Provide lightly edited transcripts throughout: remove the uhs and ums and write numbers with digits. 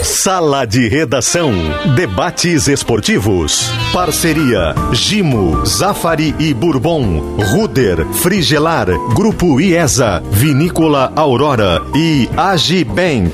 Sala de Redação. Debates esportivos. Parceria Gimo, Zafari e Bourbon, Ruder, Frigelar, Grupo IESA, Vinícola Aurora e Agibank.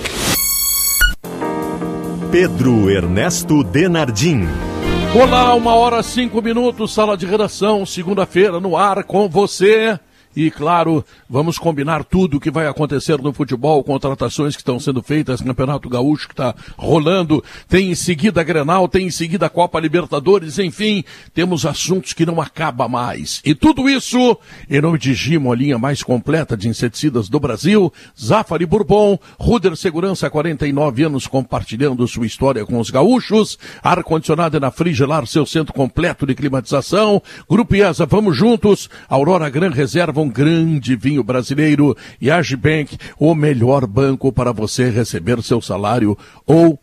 Pedro Ernesto Denardim. Olá, 1h05, Sala de Redação, segunda-feira no ar com você. E, claro, vamos combinar tudo o que vai acontecer no futebol, contratações que estão sendo feitas, Campeonato Gaúcho que está rolando, tem em seguida a Grenal, tem em seguida a Copa Libertadores, enfim, temos assuntos que não acabam mais. E tudo isso em nome de Gimo, a linha mais completa de inseticidas do Brasil, Zafari Bourbon, Ruder Segurança, 49 anos compartilhando sua história com os gaúchos, ar-condicionado na Frigelar, seu centro completo de climatização, Grupo IESA, vamos juntos, Aurora Gran Reserva, um grande vinho brasileiro, e Agibank, o melhor banco para você receber seu salário ou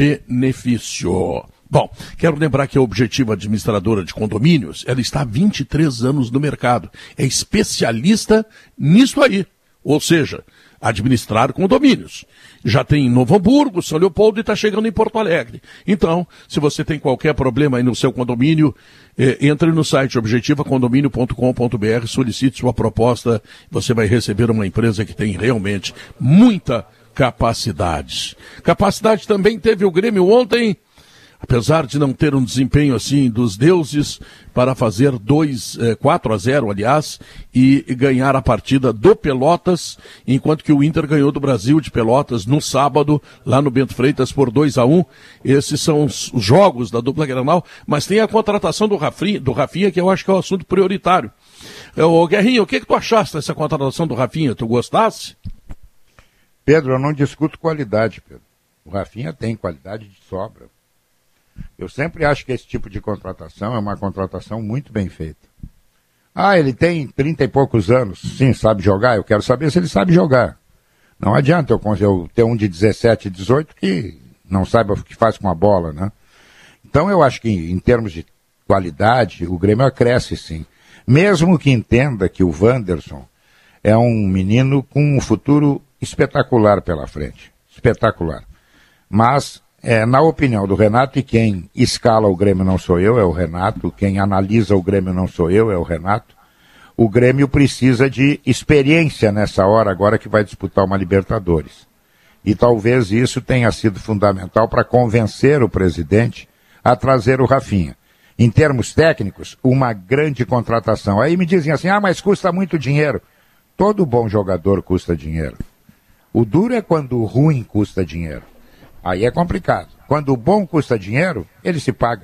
benefício. Bom, quero lembrar que a Objetiva Administradora de Condomínios, ela está há 23 anos no mercado, é especialista nisso aí, ou seja, administrar condomínios. Já tem em Novo Hamburgo, São Leopoldo e está chegando em Porto Alegre. Então, se você tem qualquer problema aí no seu condomínio, entre no site objetivacondomínio.com.br, solicite sua proposta, você vai receber uma empresa que tem realmente muita capacidade. Capacidade também teve o Grêmio ontem, apesar de não ter um desempenho assim dos deuses, para fazer 4-0, aliás, e ganhar a partida do Pelotas, enquanto que o Inter ganhou do Brasil de Pelotas no sábado, lá no Bento Freitas, por 2-1. Esses são os jogos da dupla Grenal, mas tem a contratação do Rafinha, que eu acho que é o assunto prioritário. Ô Guerrinha, o que tu achaste dessa contratação do Rafinha? Tu gostasse? Pedro, eu não discuto qualidade, Pedro. O Rafinha tem qualidade de sobra. Eu sempre acho que esse tipo de contratação é uma contratação muito bem feita. Ah, ele tem 30 e poucos anos. Sim, sabe jogar? Eu quero saber se ele sabe jogar. Não adianta eu ter um de 17, 18 que não sabe o que faz com a bola, né? Então eu acho que em termos de qualidade, o Grêmio cresce sim. Mesmo que entenda que o Wanderson é um menino com um futuro espetacular pela frente. Espetacular. Mas na opinião do Renato, e quem escala o Grêmio não sou eu, é o Renato, quem analisa o Grêmio não sou eu, é o Renato, o Grêmio precisa de experiência nessa hora agora que vai disputar uma Libertadores. E talvez isso tenha sido fundamental para convencer o presidente a trazer o Rafinha. Em termos técnicos, uma grande contratação. Aí me dizem assim, mas custa muito dinheiro. Todo bom jogador custa dinheiro. O duro é quando o ruim custa dinheiro. Aí é complicado. Quando o bom custa dinheiro, ele se paga.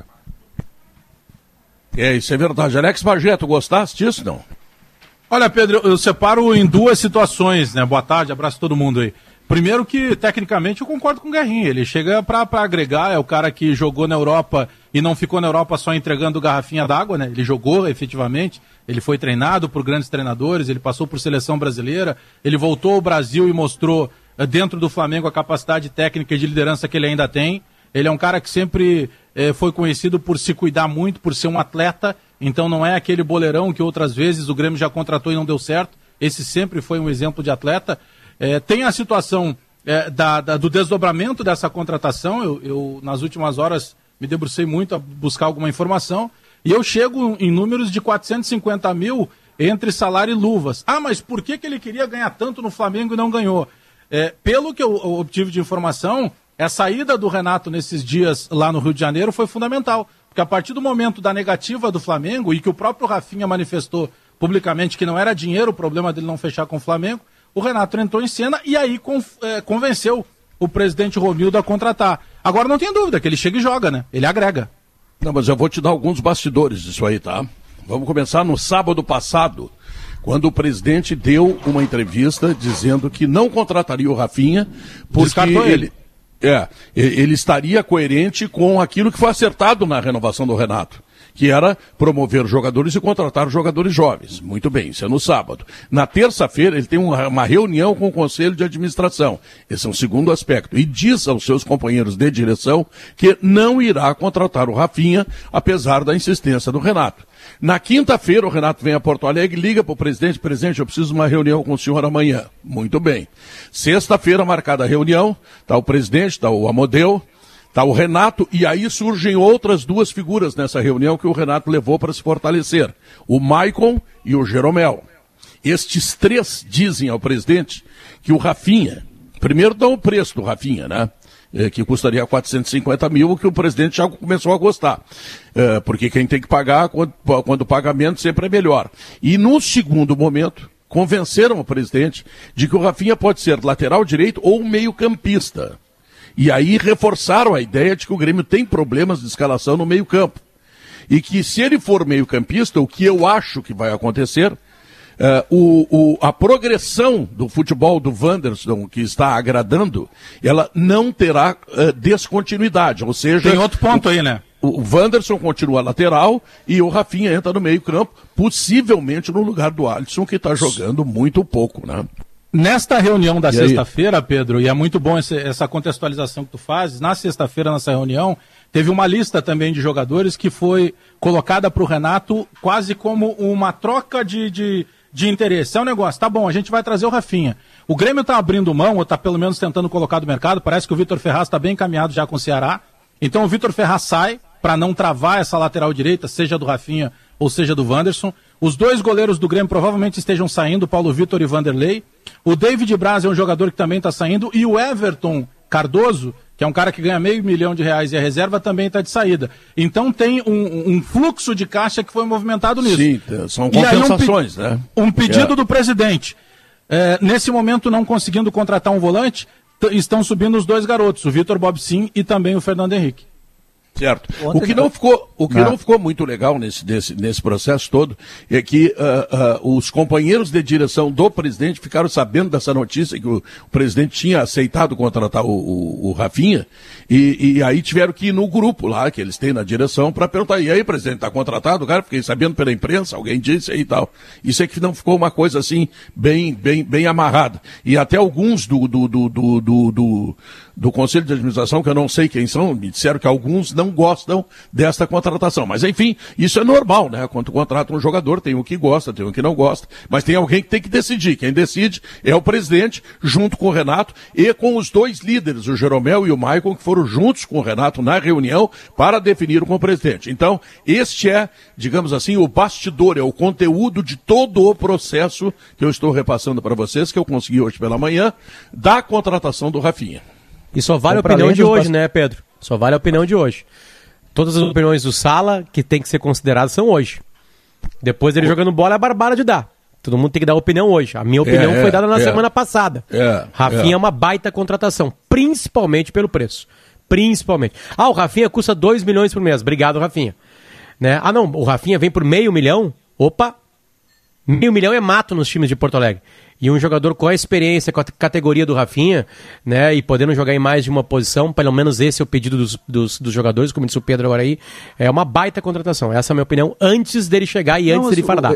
Isso é verdade. Alex Bargeto, gostaste disso, não? Olha, Pedro, eu separo em duas situações, né? Boa tarde, abraço a todo mundo aí. Primeiro que, tecnicamente, eu concordo com o Guerrinha. Ele chega para agregar, é o cara que jogou na Europa e não ficou na Europa só entregando garrafinha d'água, né? Ele jogou, efetivamente, ele foi treinado por grandes treinadores, ele passou por seleção brasileira, ele voltou ao Brasil e mostrou dentro do Flamengo a capacidade técnica e de liderança que ele ainda tem. Ele é um cara que sempre foi conhecido por se cuidar muito, por ser um atleta, então não é aquele boleirão que outras vezes o Grêmio já contratou e não deu certo. Esse sempre foi um exemplo de atleta. Tem a situação do desdobramento dessa contratação. Eu, nas últimas horas, me debrucei muito a buscar alguma informação, e eu chego em números de 450 mil entre salário e luvas. Mas por que ele queria ganhar tanto no Flamengo e não ganhou? Pelo que eu obtive de informação, a saída do Renato nesses dias lá no Rio de Janeiro foi fundamental, porque a partir do momento da negativa do Flamengo, e que o próprio Rafinha manifestou publicamente que não era dinheiro o problema dele não fechar com o Flamengo, o Renato entrou em cena e aí convenceu o presidente Romildo a contratar. Agora não tem dúvida que ele chega e joga, né? Ele agrega. Não, mas eu vou te dar alguns bastidores disso aí, tá? Vamos começar no sábado passado, quando o presidente deu uma entrevista dizendo que não contrataria o Rafinha, porque ele estaria coerente com aquilo que foi acertado na renovação do Renato, que era promover jogadores e contratar jogadores jovens. Muito bem, isso é no sábado. Na terça-feira, ele tem uma reunião com o Conselho de Administração. Esse é um segundo aspecto. E diz aos seus companheiros de direção que não irá contratar o Rafinha, apesar da insistência do Renato. Na quinta-feira, o Renato vem a Porto Alegre, liga para o presidente: presidente, eu preciso de uma reunião com o senhor amanhã. Muito bem. Sexta-feira, marcada a reunião, está o presidente, está o Amodeu, está o Renato, e aí surgem outras duas figuras nessa reunião que o Renato levou para se fortalecer: o Maicon e o Jeromel. Estes três dizem ao presidente que o Rafinha, primeiro dão o preço do Rafinha, né? Que custaria 450 mil, que o presidente já começou a gostar. Porque quem tem que pagar, quando o pagamento sempre é melhor. E no segundo momento, convenceram o presidente de que o Rafinha pode ser lateral direito ou meio-campista. E aí reforçaram a ideia de que o Grêmio tem problemas de escalação no meio-campo. E que se ele for meio-campista, o que eu acho que vai acontecer, a progressão do futebol do Wanderson, que está agradando, ela não terá descontinuidade. Ou seja, tem outro ponto aí, né? O Wanderson continua lateral e o Rafinha entra no meio-campo, possivelmente no lugar do Alisson, que está jogando muito pouco, né? Nesta reunião da sexta-feira, Pedro, e é muito bom essa contextualização que tu fazes, na sexta-feira, nessa reunião, teve uma lista também de jogadores que foi colocada para o Renato quase como uma troca de interesse. É um negócio, tá bom, a gente vai trazer o Rafinha. O Grêmio está abrindo mão, ou está pelo menos tentando colocar do mercado, parece que o Vitor Ferraz está bem encaminhado já com o Ceará, então o Vitor Ferraz sai para não travar essa lateral direita, seja do Rafinha ou seja do Wanderson. Os dois goleiros do Grêmio provavelmente estejam saindo, Paulo Vitor e Vanderlei. O David Braz é um jogador que também está saindo, e o Everton Cardoso, que é um cara que ganha R$500 mil e a reserva também está de saída. Então tem um fluxo de caixa que foi movimentado nisso. Sim, são compensações, né? Um pedido do presidente. Nesse momento, não conseguindo contratar um volante, estão subindo os dois garotos, o Vitor Bobsin e também o Fernando Henrique. Certo. O que não ficou muito legal nesse processo todo é que os companheiros de direção do presidente ficaram sabendo dessa notícia que o presidente tinha aceitado contratar o Rafinha, e aí tiveram que ir no grupo lá, que eles têm na direção, para perguntar: e aí, presidente, está contratado o cara? Fiquei sabendo pela imprensa, alguém disse aí e tal. Isso é que não ficou uma coisa assim bem amarrada. E até alguns do Conselho de Administração, que eu não sei quem são, me disseram que alguns não gostam desta contratação. Mas, enfim, isso é normal, né? Quando contrata um jogador, tem um que gosta, tem um que não gosta, mas tem alguém que tem que decidir. Quem decide é o presidente, junto com o Renato e com os dois líderes, o Jeromel e o Maicon, que foram juntos com o Renato na reunião para definir com o presidente. Então, este é, digamos assim, o bastidor, é o conteúdo de todo o processo que eu estou repassando para vocês, que eu consegui hoje pela manhã, da contratação do Rafinha. E só vale a opinião de hoje, né, Pedro? Só vale a opinião de hoje. Todas as opiniões do Sala, que tem que ser consideradas, são hoje. Depois dele jogando bola, é barbada de dar. Todo mundo tem que dar opinião hoje. A minha opinião foi dada na semana passada. Rafinha é uma baita contratação, principalmente pelo preço. Principalmente. O Rafinha custa 2 milhões por mês. Obrigado, Rafinha. Né? Não, o Rafinha vem por $500 mil. Opa! $500 mil é mato nos times de Porto Alegre. E um jogador com a experiência, com a categoria do Rafinha, né, e podendo jogar em mais de uma posição, pelo menos esse é o pedido dos jogadores, como disse o Pedro agora aí, é uma baita contratação. Essa é a minha opinião, antes dele chegar e antes dele fardar.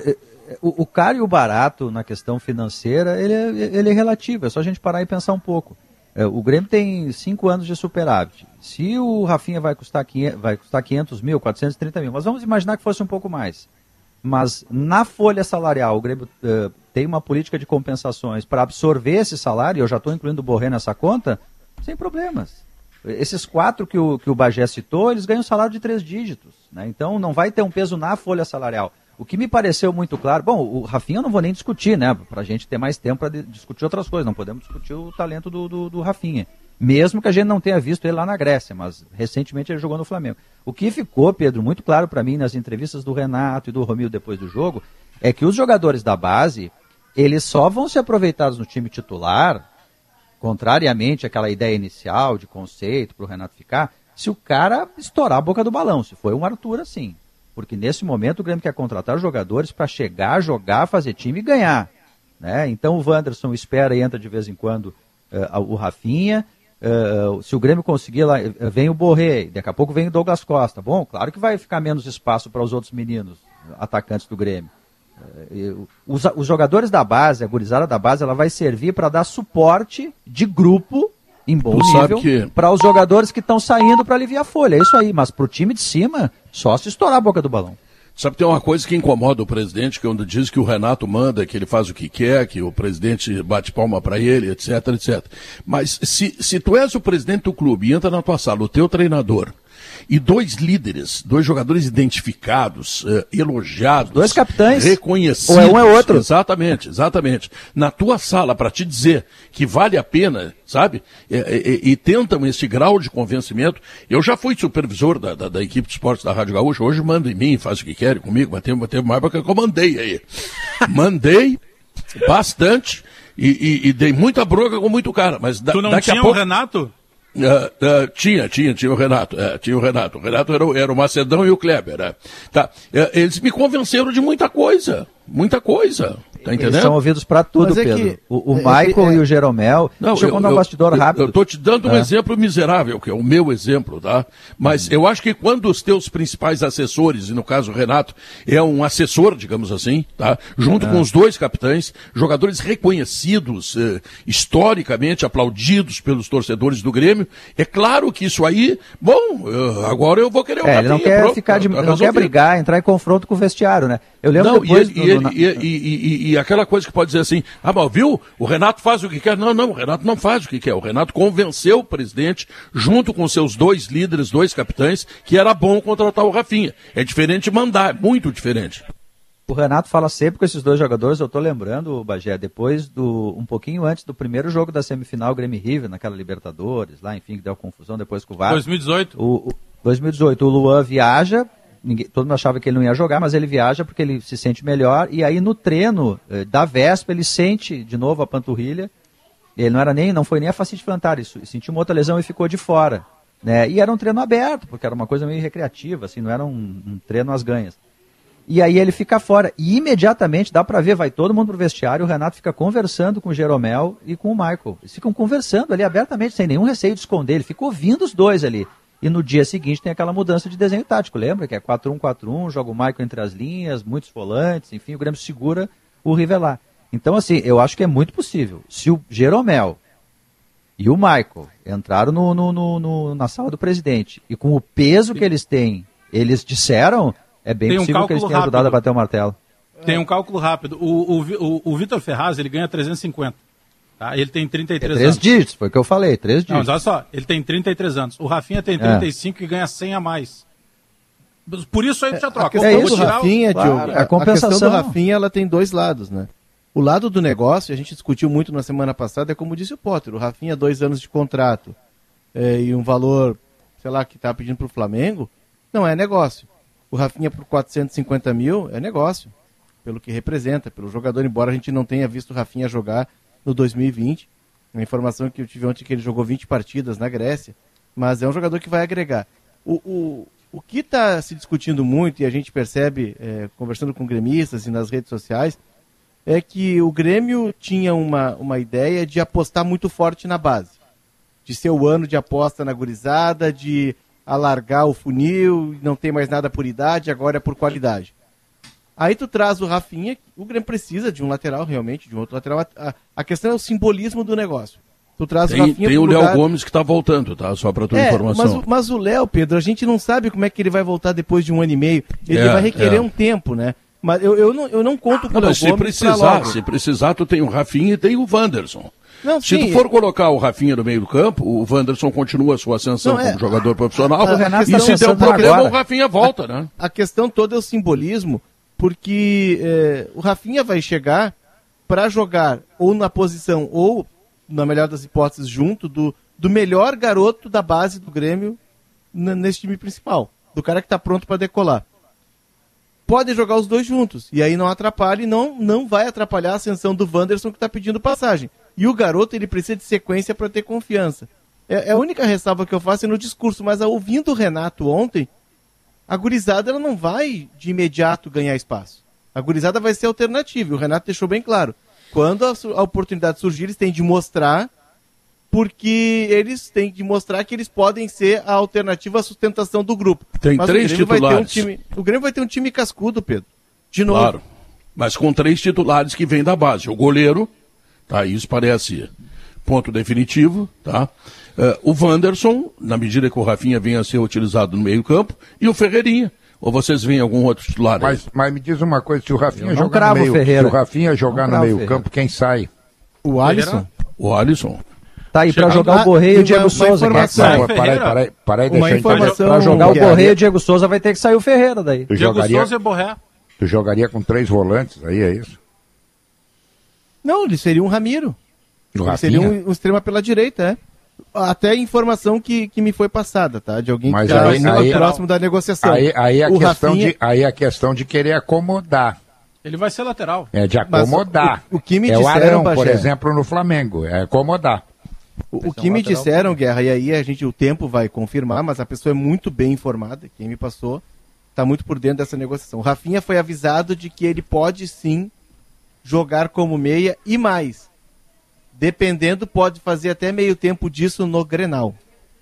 O caro e o barato na questão financeira, ele é relativo, é só a gente parar e pensar um pouco. O Grêmio tem 5 anos de superávit. Se o Rafinha vai custar 500 mil, 430 mil, mas vamos imaginar que fosse um pouco mais. Mas na folha salarial, o Grêmio tem uma política de compensações para absorver esse salário, eu já estou incluindo o Borré nessa conta, sem problemas. Esses 4 que o Bagé citou, eles ganham salário de 3 dígitos. Né? Então não vai ter um peso na folha salarial. O que me pareceu muito claro, bom, o Rafinha eu não vou nem discutir, né? Para a gente ter mais tempo para discutir outras coisas, não podemos discutir o talento do Rafinha. Mesmo que a gente não tenha visto ele lá na Grécia, mas recentemente ele jogou no Flamengo. O que ficou, Pedro, muito claro para mim nas entrevistas do Renato e do Romildo depois do jogo, é que os jogadores da base, eles só vão ser aproveitados no time titular, contrariamente àquela ideia inicial de conceito para o Renato ficar, se o cara estourar a boca do balão, se foi um Arthur assim. Porque nesse momento o Grêmio quer contratar jogadores para chegar, jogar, fazer time e ganhar. Né? Então o Wanderson espera e entra de vez em quando o Rafinha. se o Grêmio conseguir lá, vem o Borré, daqui a pouco vem o Douglas Costa. Bom, claro que vai ficar menos espaço para os outros meninos, atacantes do Grêmio. Os jogadores da base, a gurizada da base, ela vai servir para dar suporte de grupo em bom nível para os jogadores que estão saindo para aliviar a folha. É isso aí, mas para o time de cima, só se estourar a boca do balão. Sabe, tem uma coisa que incomoda o presidente, que quando diz que o Renato manda, que ele faz o que quer, que o presidente bate palma para ele, etc, etc. Mas se tu és o presidente do clube e entra na tua sala o teu treinador e 2 líderes, 2 jogadores identificados, elogiados, 2 capitães, reconhecidos, ou é um é outro. Exatamente. Na tua sala, para te dizer que vale a pena, sabe? E tentam esse grau de convencimento. Eu já fui supervisor da equipe de esportes da Rádio Gaúcha, hoje manda em mim, faz o que querem comigo, mas teve uma época que eu mandei aí. Mandei bastante e dei muita bronca com muito cara. Mas tu não daqui tinha a pouco... o Renato? Tinha o Renato. Tinha o Renato. O Renato era o Macedão e o Kleber. Tá. Eles me convenceram de muita coisa. Tá entendendo? Eles são ouvidos para tudo, Pedro. O Michael e o Jeromel. Deixa eu contar um bastidor rápido. Eu estou te dando um exemplo miserável, que é o meu exemplo, tá? Mas eu acho que quando os teus principais assessores, e no caso o Renato é um assessor, digamos assim, tá? Junto com os 2 capitães, jogadores reconhecidos, historicamente aplaudidos pelos torcedores do Grêmio, é claro que isso aí, agora eu vou querer o Ele não quer não quer brigar, entrar em confronto com o vestiário, né? Eu lembro depois... E aquela coisa que pode dizer assim, mas viu, o Renato faz o que quer. Não, o Renato não faz o que quer. O Renato convenceu o presidente, junto com seus 2 líderes, 2 capitães, que era bom contratar o Rafinha. É diferente de mandar, é muito diferente. O Renato fala sempre com esses 2 jogadores, eu tô lembrando, Bagé, um pouquinho antes do primeiro jogo da semifinal Grêmio River, naquela Libertadores, lá, enfim, que deu confusão depois com o VAR. 2018. 2018, o Luan viaja, todo mundo achava que ele não ia jogar, mas ele viaja porque ele se sente melhor, e aí no treino da véspera ele sente de novo a panturrilha, ele não foi nem a fascite plantar, sentiu uma outra lesão e ficou de fora, né? E era um treino aberto, porque era uma coisa meio recreativa, assim, não era um treino às ganhas. E aí ele fica fora, e imediatamente, dá pra ver, vai todo mundo pro vestiário, o Renato fica conversando com o Jeromel e com o Michael, eles ficam conversando ali abertamente, sem nenhum receio de esconder, ele fica ouvindo os 2 ali. E no dia seguinte tem aquela mudança de desenho tático, lembra? Que é 4-1-4-1, joga o Michael entre as linhas, muitos volantes, enfim, o Grêmio segura o Rivelá. Então, assim, eu acho que é muito possível. Se o Jeromel e o Michael entraram na sala do presidente e com o peso que eles têm, eles disseram, é bem possível que eles tenham ajudado a bater o martelo. Tem um cálculo rápido. O Vitor Ferraz, ele ganha 350. Tá? Ele tem 33 anos. 3 dígitos, foi o que eu falei, 3 dígitos. Não, mas olha só, ele tem 33 anos. O Rafinha tem 35 e ganha 100 a mais. Por isso aí já troca. A questão do Rafinha, Diogo, a compensação. A questão do Rafinha, ela tem 2 lados, né? O lado do negócio, a gente discutiu muito na semana passada, é como disse o Potter, o Rafinha 2 anos de contrato e um valor, sei lá, que tá pedindo pro Flamengo, não é negócio. O Rafinha por 450 mil é negócio, pelo que representa, pelo jogador, embora a gente não tenha visto o Rafinha jogar no 2020, a informação que eu tive ontem é que ele jogou 20 partidas na Grécia, mas é um jogador que vai agregar. O que está se discutindo muito, e a gente percebe, conversando com gremistas e nas redes sociais, é que o Grêmio tinha uma ideia de apostar muito forte na base, de ser o ano de aposta na gurizada, de alargar o funil, não tem mais nada por idade, agora é por qualidade. Aí tu traz o Rafinha, o Grêmio precisa de um lateral realmente, de um outro lateral. A questão é o simbolismo do negócio. Tu traz o Rafinha tem o Léo Gomes que está voltando, tá? Só para tua informação. Mas o Léo, Pedro, a gente não sabe como é que ele vai voltar depois de 1 ano e meio. Ele vai requerer um tempo, né? Mas eu não conto com o Léo Gomes. Se precisar, tu tem o Rafinha e tem o Wanderson. Se tu for colocar o Rafinha no meio do campo, o Wanderson continua a sua ascensão como jogador profissional. E se der um problema, o Rafinha volta, né? A questão toda é o simbolismo, porque o Rafinha vai chegar para jogar ou na posição, ou, na melhor das hipóteses, junto do melhor garoto da base do Grêmio nesse time principal, do cara que está pronto para decolar. Podem jogar os 2 juntos, e aí não atrapalha e não vai atrapalhar a ascensão do Wanderson que está pedindo passagem. E o garoto, ele precisa de sequência para ter confiança. A única ressalva que eu faço é no discurso, mas ouvindo o Renato ontem, a gurizada ela não vai de imediato ganhar espaço. A gurizada vai ser alternativa, e o Renato deixou bem claro. Quando a oportunidade surgir, eles têm de mostrar porque eles têm que mostrar que eles podem ser a alternativa à sustentação do grupo. Tem mas 3 titulares. O Grêmio vai ter um time cascudo, Pedro. De novo. Claro, mas com 3 titulares que vêm da base. O goleiro, tá, isso parece ponto definitivo, tá? O Wanderson, na medida que o Rafinha venha a ser utilizado no meio campo, e o Ferreirinha. Ou vocês veem algum outro titular aí? Mas me diz uma coisa, se o Rafinha jogar no meio, se o Rafinha jogar no meio campo, quem sai? O Alisson. O Alisson. Tá aí, pra jogar o Borré e o Diego Souza. Para aí, deixa eu pra jogar o Borré e o Diego Souza vai ter que sair o Ferreira daí. Diego Souza e Borré. Tu jogaria com 3 volantes aí, é isso? Não, ele seria um Ramiro. Ele seria um extrema pela direita, é. Até informação que me foi passada, tá? De alguém que está muito próximo da negociação. Aí a questão de querer acomodar. Ele vai ser lateral. É de acomodar. O que me disseram, o Arão, por exemplo, no Flamengo. É acomodar. O que me disseram, Guerra, e aí o tempo vai confirmar, mas a pessoa é muito bem informada, quem me passou, está muito por dentro dessa negociação. O Rafinha foi avisado de que ele pode sim jogar como meia e mais. Dependendo, pode fazer até meio tempo disso no Grenal.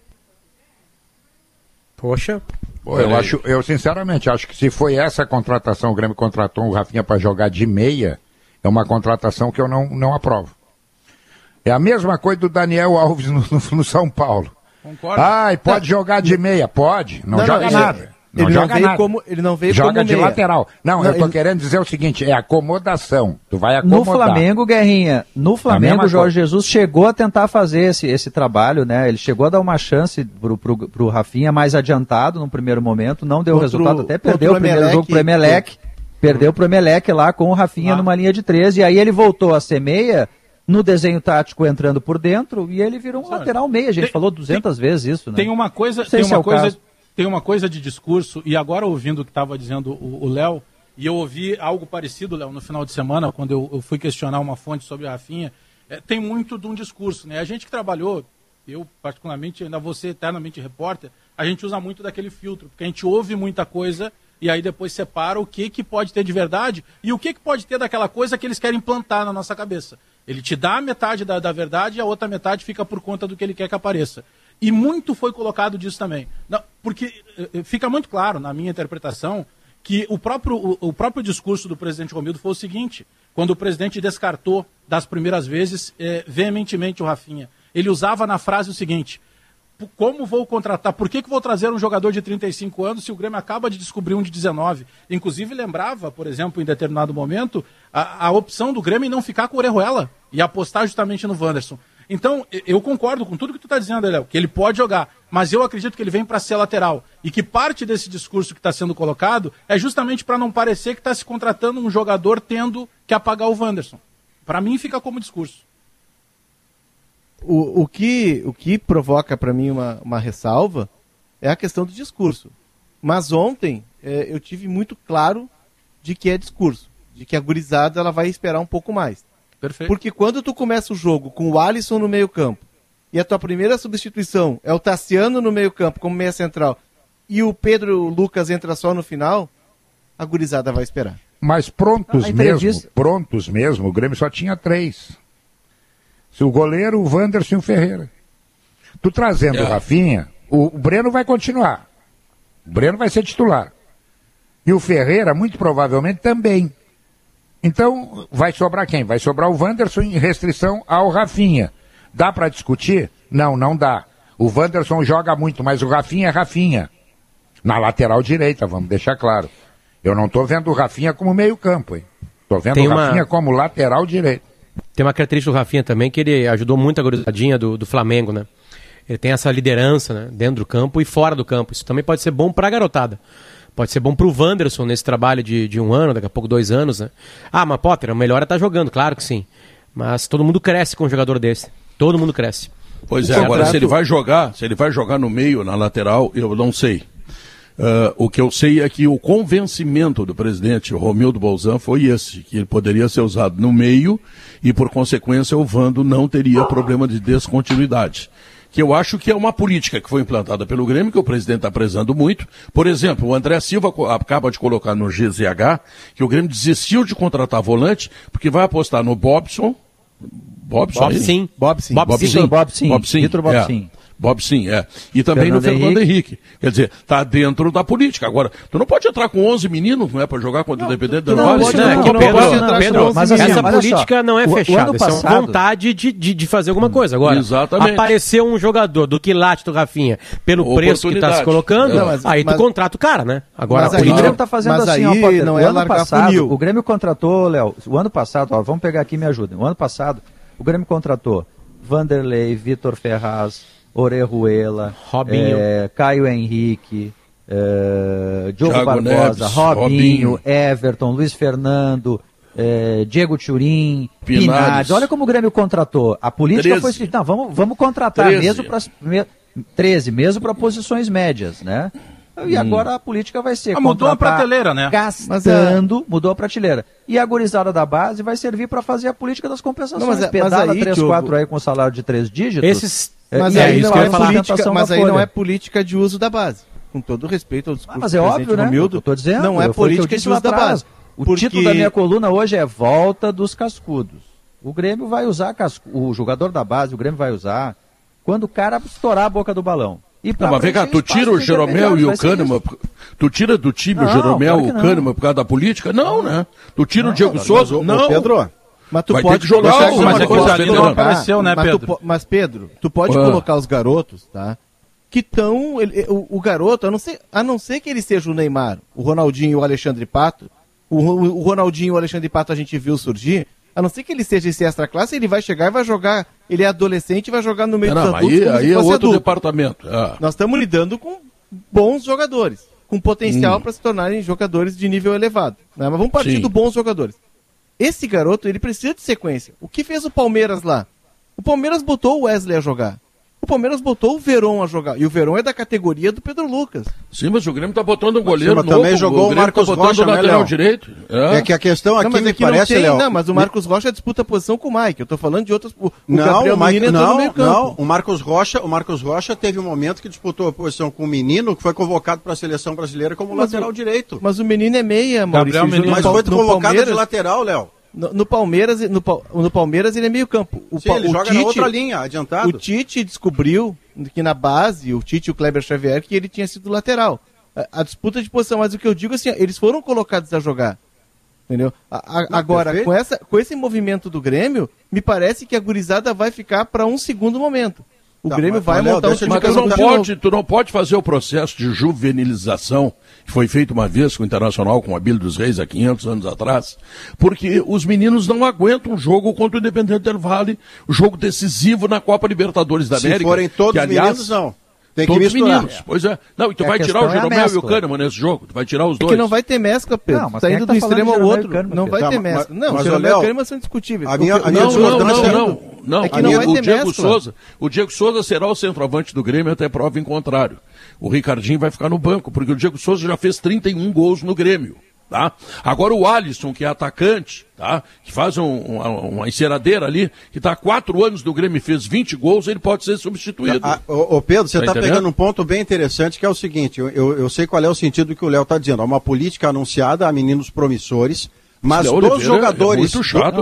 Poxa. Eu sinceramente acho que se foi essa contratação, o Grêmio contratou o Rafinha para jogar de meia, é uma contratação que eu não aprovo. É a mesma coisa do Daniel Alves no São Paulo. Concordo. E pode jogar de meia? Pode. Não joga nada. Ele não veio joga como de meia. lateral. Não, eu tô querendo dizer o seguinte, é acomodação. Tu vai acomodar. No Flamengo, Guerrinha, o Jorge Jesus chegou a tentar fazer esse trabalho, né? Ele chegou a dar uma chance pro Rafinha mais adiantado no primeiro momento, não deu resultado, até perdeu o primeiro jogo pro Emelec. Perdeu pro Emelec lá com o Rafinha numa linha de 13, e aí ele voltou a ser meia no desenho tático entrando por dentro, e ele virou um lateral meia. A gente falou 200 vezes isso, né? Tem uma coisa de discurso, e agora ouvindo o que estava dizendo o Léo, e eu ouvi algo parecido, Léo, no final de semana, quando eu fui questionar uma fonte sobre a Rafinha, tem muito de um discurso, né? A gente que trabalhou, eu particularmente, ainda vou ser eternamente repórter, a gente usa muito daquele filtro, porque a gente ouve muita coisa e aí depois separa o que pode ter de verdade e o que pode ter daquela coisa que eles querem implantar na nossa cabeça. Ele te dá a metade da verdade e a outra metade fica por conta do que ele quer que apareça. E muito foi colocado disso também. Não, porque fica muito claro, na minha interpretação, que o próprio discurso do presidente Romildo foi o seguinte, quando o presidente descartou das primeiras vezes veementemente o Rafinha. Ele usava na frase o seguinte: como vou contratar, por que vou trazer um jogador de 35 anos se o Grêmio acaba de descobrir um de 19? Inclusive lembrava, por exemplo, em determinado momento, a opção do Grêmio em não ficar com o Orejuela e apostar justamente no Wanderson. Então, eu concordo com tudo que tu está dizendo, Léo, que ele pode jogar, mas eu acredito que ele vem para ser lateral. E que parte desse discurso que está sendo colocado é justamente para não parecer que está se contratando um jogador tendo que apagar o Wanderson. Para mim, fica como discurso. O que provoca para mim uma ressalva é a questão do discurso. Mas ontem eu tive muito claro de que é discurso, de que a gurizada ela vai esperar um pouco mais. Perfeito. Porque quando tu começa o jogo com o Alisson no meio campo e a tua primeira substituição é o Tassiano no meio campo como meia central e o Pedro Lucas entra só no final, a gurizada vai esperar. Mas prontos mesmo, o Grêmio só tinha 3. Se o goleiro, o Wanderson e o Ferreira. Tu trazendo o Rafinha, o Breno vai continuar. O Breno vai ser titular. E o Ferreira, muito provavelmente, também. Então, vai sobrar quem? Vai sobrar o Wanderson em restrição ao Rafinha. Dá para discutir? Não dá. O Wanderson joga muito, mas o Rafinha é Rafinha. Na lateral direita, vamos deixar claro. Eu não estou vendo o Rafinha como meio campo, hein? Estou vendo o Rafinha como lateral direito. Tem uma característica do Rafinha também, que ele ajudou muito a gurizadinha do Flamengo, né? Ele tem essa liderança, né? Dentro do campo e fora do campo. Isso também pode ser bom para a garotada. Pode ser bom pro Wanderson nesse trabalho de 1 ano, daqui a pouco 2 anos, né? Mas Potter, o melhor é estar jogando, claro que sim. Mas todo mundo cresce com um jogador desse. Todo mundo cresce. Pois é, agora se ele vai jogar no meio, na lateral, eu não sei. O que eu sei é que o convencimento do presidente Romildo Bolzan foi esse, que ele poderia ser usado no meio e, por consequência, o Vando não teria problema de descontinuidade. Que eu acho que é uma política que foi implantada pelo Grêmio, que o presidente está prezando muito. Por exemplo, o André Silva acaba de colocar no GZH que o Grêmio desistiu de contratar volante, porque vai apostar no Bobson, Bob sim. Bob sim. Vitor Bob sim. Bob sim, é. E também no Fernando Henrique. Quer dizer, tá dentro da política. Agora, tu não pode entrar com 11 meninos, não é, pra jogar contra o Independente Del Valle. Pedro, mas assim, essa política não é fechada. Isso é uma vontade de fazer alguma coisa. Agora, apareceu um jogador do quilate do Rafinha pelo preço que tá se colocando, aí tu contrata o cara, né? Agora, o Grêmio tá fazendo assim, ó, Potter. Não é largar funil. O Grêmio contratou, Léo, o ano passado, ó, vamos pegar aqui e me ajudem. O ano passado, o Grêmio contratou Vanderlei, Vitor Ferraz, Orejuela, Robinho, Caio Henrique, Diogo Barbosa, Neves, Robinho, Everton, Luiz Fernando, Diego Turim, Pinares. Olha como o Grêmio contratou. A política 13. Foi assim, não, vamos contratar 13. Mesmo para 13, mesmo para posições médias, né? E agora a política vai ser mudou a prateleira, né? Gastando, mudou a prateleira. E a gurizada da base vai servir para fazer a política das compensações. Pedala 3, 4 aí com salário de 3 dígitos. Mas aí não é política de uso da base. Com todo respeito ao discurso mas é óbvio, né? Romildo, tô dizendo, não é política de uso da base. O título da minha coluna hoje é Volta dos Cascudos. O Grêmio vai usar o jogador da base, o Grêmio vai usar quando o cara estourar a boca do balão. Mas vem cá, tu tira o Jeromel e o Kahneman, tu tira do time o Jeromel e o Kahneman por causa da política? Não, né? Tu tira o Diego Souza? Não. Pedro, mas tu vai pode ter que jogar alguma coisa ali não apareceu, né, Pedro? Mas Pedro, tu pode colocar os garotos, tá? Que estão, o garoto, a não ser que ele seja o Neymar, o Ronaldinho e o Alexandre Pato, o Ronaldinho e o Alexandre Pato a gente viu surgir, a não ser que ele seja esse extra classe, ele vai chegar e vai jogar, ele é adolescente e vai jogar no meio dos adultos. Aí é outro departamento. Nós estamos lidando com bons jogadores, com potencial para se tornarem jogadores de nível elevado. Né? Mas vamos partir do bons jogadores. Esse garoto, ele precisa de sequência. O que fez o Palmeiras lá? O Palmeiras botou o Wesley a jogar. O Palmeiras botou o Verón a jogar. E o Verón é da categoria do Pedro Lucas. Sim, mas o Grêmio tá botando um goleiro novo. Também jogou o Marcos Rocha, né, lateral direito. É que a questão aqui me parece, Léo... Não, mas o Marcos Rocha disputa a posição com o Mike. Eu tô falando de outras... O Marcos Rocha teve um momento que disputou a posição com o Menino, que foi convocado para a seleção brasileira como lateral direito. Mas o Menino é meia, Maurício. Mas foi convocado de lateral, Léo. No Palmeiras ele é meio campo. Ele joga na outra linha, adiantado. O Tite descobriu que na base, o Tite e o Kleber Xavier, que ele tinha sido lateral. A disputa de posição, mas o que eu digo assim, eles foram colocados a jogar. Entendeu? Agora, com esse movimento do Grêmio, me parece que a gurizada vai ficar para um segundo momento. O Grêmio vai montar um time. Mas tu não pode fazer o processo de juvenilização que foi feito uma vez com o Internacional, com a Abílio dos Reis, há 500 anos atrás, porque os meninos não aguentam um jogo contra o Independente Del Valle, um jogo decisivo na Copa Libertadores da América. Se forem todos meninos, não. Tem que misturar. Meninos, pois é. Não, e tu vai tirar o Jeromel e o Kahneman nesse jogo, tu vai tirar os dois. Que não vai ter mescla, Pedro. Não, tá indo do extremo ao outro, não vai ter mescla. Não, o Jeromel e o Kahneman são discutíveis. Não, é que não vai ter mescla. O Diego Souza será o centroavante do Grêmio até prova em contrário. O Ricardinho vai ficar no banco, porque o Diego Souza já fez 31 gols no Grêmio. Tá? Agora o Alisson, que é atacante, tá? Que faz uma enceradeira ali, que está há 4 anos do Grêmio e fez 20 gols, ele pode ser substituído. Pedro, você está pegando um ponto bem interessante, que é o seguinte, eu sei qual é o sentido que o Léo está dizendo. Há uma política anunciada a meninos promissores, mas dos jogadores...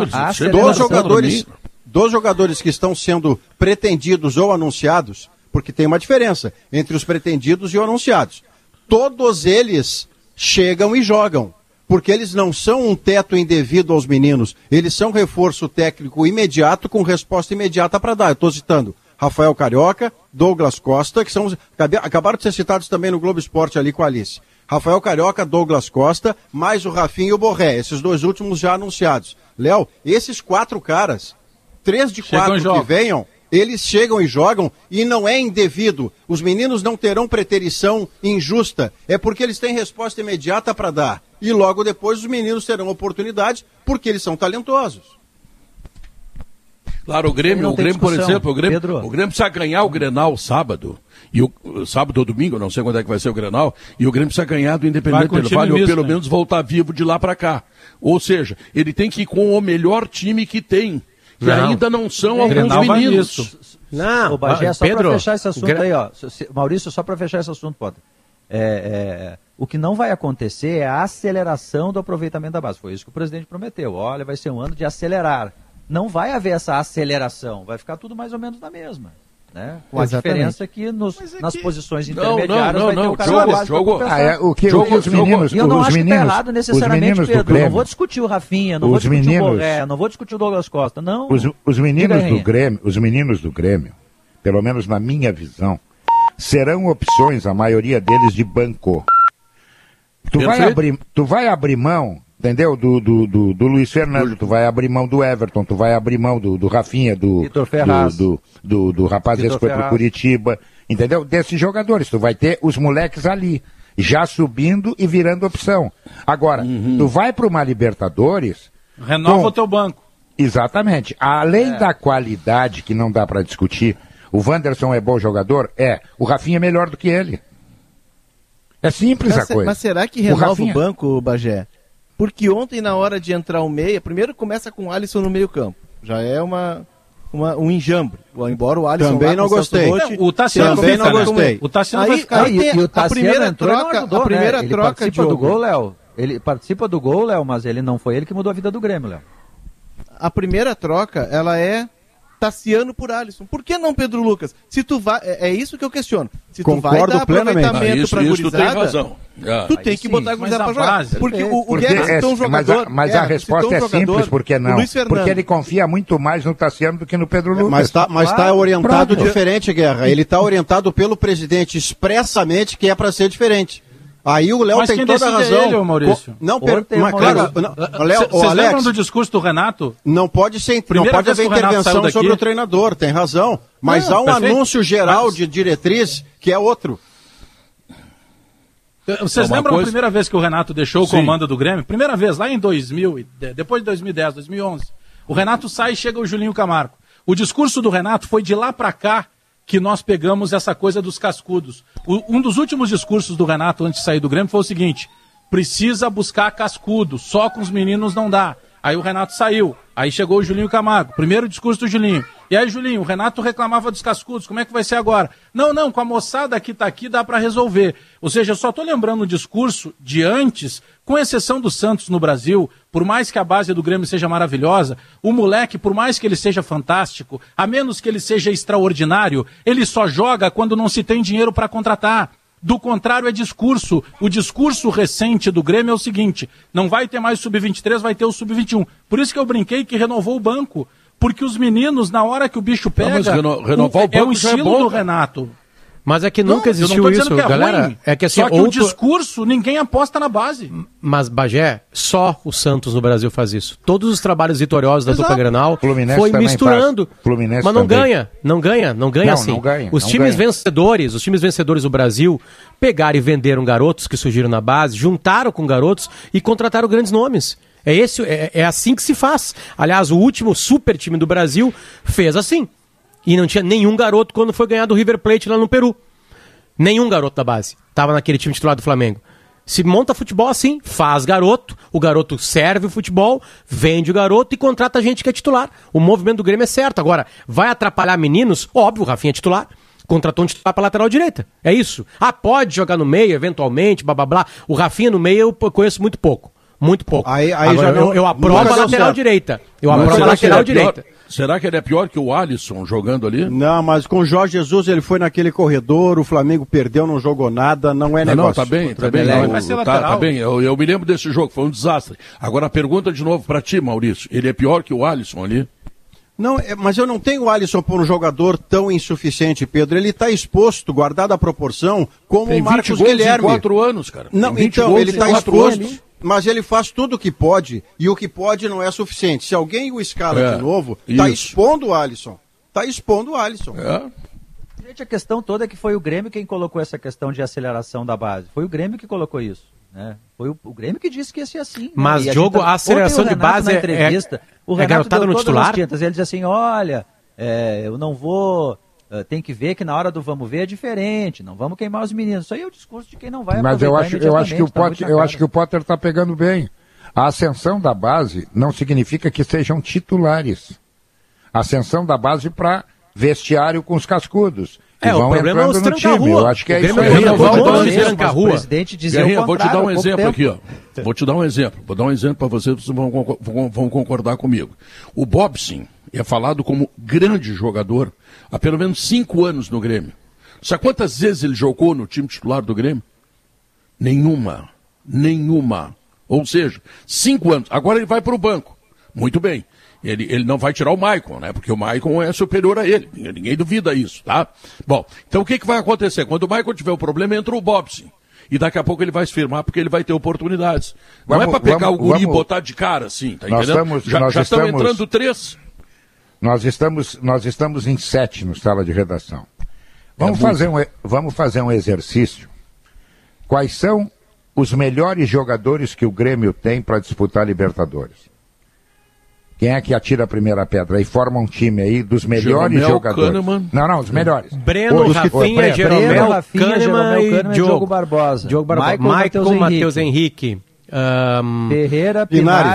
Dos jogadores que estão sendo pretendidos ou anunciados, porque tem uma diferença entre os pretendidos e os anunciados. Todos eles chegam e jogam, porque eles não são um teto indevido aos meninos, eles são reforço técnico imediato com resposta imediata para dar. Eu estou citando Rafael Carioca, Douglas Costa, que são acabaram de ser citados também no Globo Esporte ali com a Alice. Rafael Carioca, Douglas Costa, mais o Rafinha e o Borré, esses dois últimos já anunciados. Léo, esses 4 caras, 3 de 4 que venham, eles chegam e jogam e não é indevido. Os meninos não terão preterição injusta. É porque eles têm resposta imediata para dar. E logo depois os meninos terão oportunidades porque eles são talentosos. Claro, o Grêmio, por exemplo, o Grêmio precisa ganhar o Grenal sábado. E o sábado ou domingo, não sei quando é que vai ser o Grenal, e o Grêmio precisa ganhar do Independente Del Valle, ou pelo menos voltar vivo de lá para cá. Ou seja, ele tem que ir com o melhor time que tem. Que ainda não são alguns meninos. Não, o Bagé, só para fechar esse assunto aí, ó. Maurício, só para fechar esse assunto, Potter. O que não vai acontecer é a aceleração do aproveitamento da base. Foi isso que o presidente prometeu. Olha, vai ser um ano de acelerar. não vai haver essa aceleração, vai ficar tudo mais ou menos na mesma. Né? Com a diferença que nas posições intermediárias vai ter o cara base para compensar. E eu não acho que está errado necessariamente, Pedro. Eu não vou discutir o Rafinha, não vou discutir o Borré, não vou discutir o Douglas Costa. Não. Os meninos do Grêmio, pelo menos na minha visão, serão opções, a maioria deles, de banco. Tu vai abrir mão, entendeu? Do Luiz Fernando, tu vai abrir mão do Everton, tu vai abrir mão do Rafinha, do rapaz esse que foi pro Curitiba, entendeu? Desses jogadores, tu vai ter os moleques ali, já subindo e virando opção. Agora, tu vai para uma Libertadores... Renova o teu banco. Exatamente. Além da qualidade, que não dá para discutir, o Wanderson é bom jogador? O Rafinha é melhor do que ele. É simples a coisa. Mas será que renova o banco, Bagé? Porque ontem, na hora de entrar o meia, primeiro começa com o Alisson no meio campo. Já é um enjambre. Embora o Alisson também não gostei. O Tassiano também não gostei. O Tassiano vai ficar. E o Tassiano a primeira troca de do gol, Léo. Ele participa do gol, Léo, mas ele não foi ele que mudou a vida do Grêmio, Léo. A primeira troca, ela é Tassiano por Alisson. Por que não Pedro Lucas? Se tu vai, é isso que eu questiono. Se tu vai dar aproveitamento pra gurizada, tu tem que botar a gurizada pra jogar. Porque o Guedes citou um jogador... Mas a resposta é simples, por que não? Porque ele confia muito mais no Tassiano do que no Pedro Lucas. Mas tá orientado diferente, Guerra. Ele tá orientado pelo presidente expressamente que é pra ser diferente. Aí o Léo tem toda a razão. Ele, Maurício? Não, mas claro, vocês lembram do discurso do Renato? Não pode haver intervenção sobre o treinador, tem razão. Mas há um anúncio geral de diretriz que é outro. Vocês lembram a primeira vez que o Renato deixou o comando do Grêmio? Primeira vez, lá em 2000, depois de 2010, 2011. O Renato sai e chega o Julinho Camargo. O discurso do Renato foi de lá pra cá que nós pegamos essa coisa dos cascudos. Um dos últimos discursos do Renato antes de sair do Grêmio foi o seguinte: precisa buscar cascudo, só com os meninos não dá. Aí o Renato saiu, aí chegou o Julinho Camargo, primeiro discurso do Julinho. E aí, Julinho, o Renato reclamava dos cascudos, como é que vai ser agora? Não, com a moçada que tá aqui dá para resolver. Ou seja, eu só tô lembrando o discurso de antes, com exceção do Santos no Brasil, por mais que a base do Grêmio seja maravilhosa, o moleque, por mais que ele seja fantástico, a menos que ele seja extraordinário, ele só joga quando não se tem dinheiro para contratar. Do contrário, é discurso. O discurso recente do Grêmio é o seguinte: não vai ter mais sub-23, vai ter o sub-21. Por isso que eu brinquei que renovou o banco. Porque os meninos, na hora que o bicho pega, renovar o banco é o estilo do Renato. Mas é que nunca existiu isso, galera. Ruim. É que assim, só que o discurso, ninguém aposta na base. Mas, Bagé, só o Santos no Brasil faz isso. Todos os trabalhos vitoriosos da dupla Grenal foi misturando. Mas não ganha assim. Não ganha, os times vencedores do Brasil pegaram e venderam garotos que surgiram na base, juntaram com garotos e contrataram grandes nomes. É assim que se faz. Aliás, o último super time do Brasil fez assim. E não tinha nenhum garoto quando foi ganhar do River Plate lá no Peru. Nenhum garoto da base. Estava naquele time titular do Flamengo. Se monta futebol assim, faz garoto, o garoto serve o futebol, vende o garoto e contrata gente que é titular. O movimento do Grêmio é certo. Agora, vai atrapalhar meninos? Óbvio, o Rafinha é titular. Contratou um titular para lateral direita. É isso. Pode jogar no meio, eventualmente, blá blá blá. O Rafinha no meio eu conheço muito pouco. Muito pouco. Agora, eu aprovo a lateral direita. Eu aprovo a lateral direita. Será que ele é pior que o Alisson jogando ali? Não, mas com o Jorge Jesus ele foi naquele corredor, o Flamengo perdeu, não jogou nada, não é negócio. Não, tá bem. Tá bem. Eu me lembro desse jogo, foi um desastre. Agora a pergunta de novo pra ti, Maurício. Ele é pior que o Alisson ali? Não, mas eu não tenho o Alisson por um jogador tão insuficiente, Pedro. Ele está exposto, guardada a proporção, como o Marcos Guilherme. Tem 24 anos, cara. Não, então, ele está exposto... Mas ele faz tudo o que pode, e o que pode não é suficiente. Se alguém o escala de novo, está expondo o Alisson. Gente, a questão toda é que foi o Grêmio quem colocou essa questão de aceleração da base. Foi o Grêmio que colocou isso. Né? Foi o Grêmio que disse que ia ser assim. Mas, né? Diogo, a aceleração de base é garotada no titular? Ele diz assim, olha, eu não vou... tem que ver que na hora do vamos ver é diferente, não vamos queimar os meninos. Isso aí é o discurso de quem não vai aproveitar. Mas eu acho que o Potter está pegando bem. A ascensão da base não significa que sejam titulares. A ascensão da base para vestiário com os cascudos. O problema é os tranca-rua. Eu acho que é isso aí. O presidente dizia o vou te dar um exemplo aqui, ó. Vou te dar um exemplo. Vou dar um exemplo para vocês vão concordar comigo. O Bobson é falado como grande jogador há pelo menos 5 anos no Grêmio. Sabe quantas vezes ele jogou no time titular do Grêmio? Nenhuma. Ou seja, 5 anos. Agora ele vai para o banco. Muito bem. Ele não vai tirar o Maicon, né? Porque o Maicon é superior a ele. Ninguém duvida isso, tá? Bom, então o que vai acontecer? Quando o Maicon tiver o problema, entra o Bobson. E daqui a pouco ele vai se firmar porque ele vai ter oportunidades. Não é para pegar o guri e botar de cara assim, tá entendendo? Já estão entrando 3. Nós estamos em 7 no sala de redação. Vamos fazer um exercício. Quais são os melhores jogadores que o Grêmio tem para disputar Libertadores? Quem é que atira a primeira pedra? Aí forma um time aí dos melhores jogadores. Kahneman. Não, os melhores. Breno, Rafinha, Jeromel, Kahneman e Diogo Barbosa. Maicon, Matheus Henrique. Ferreira,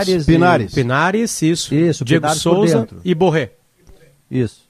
Pinares, isso. Diego Pinares Souza e Borré. Isso.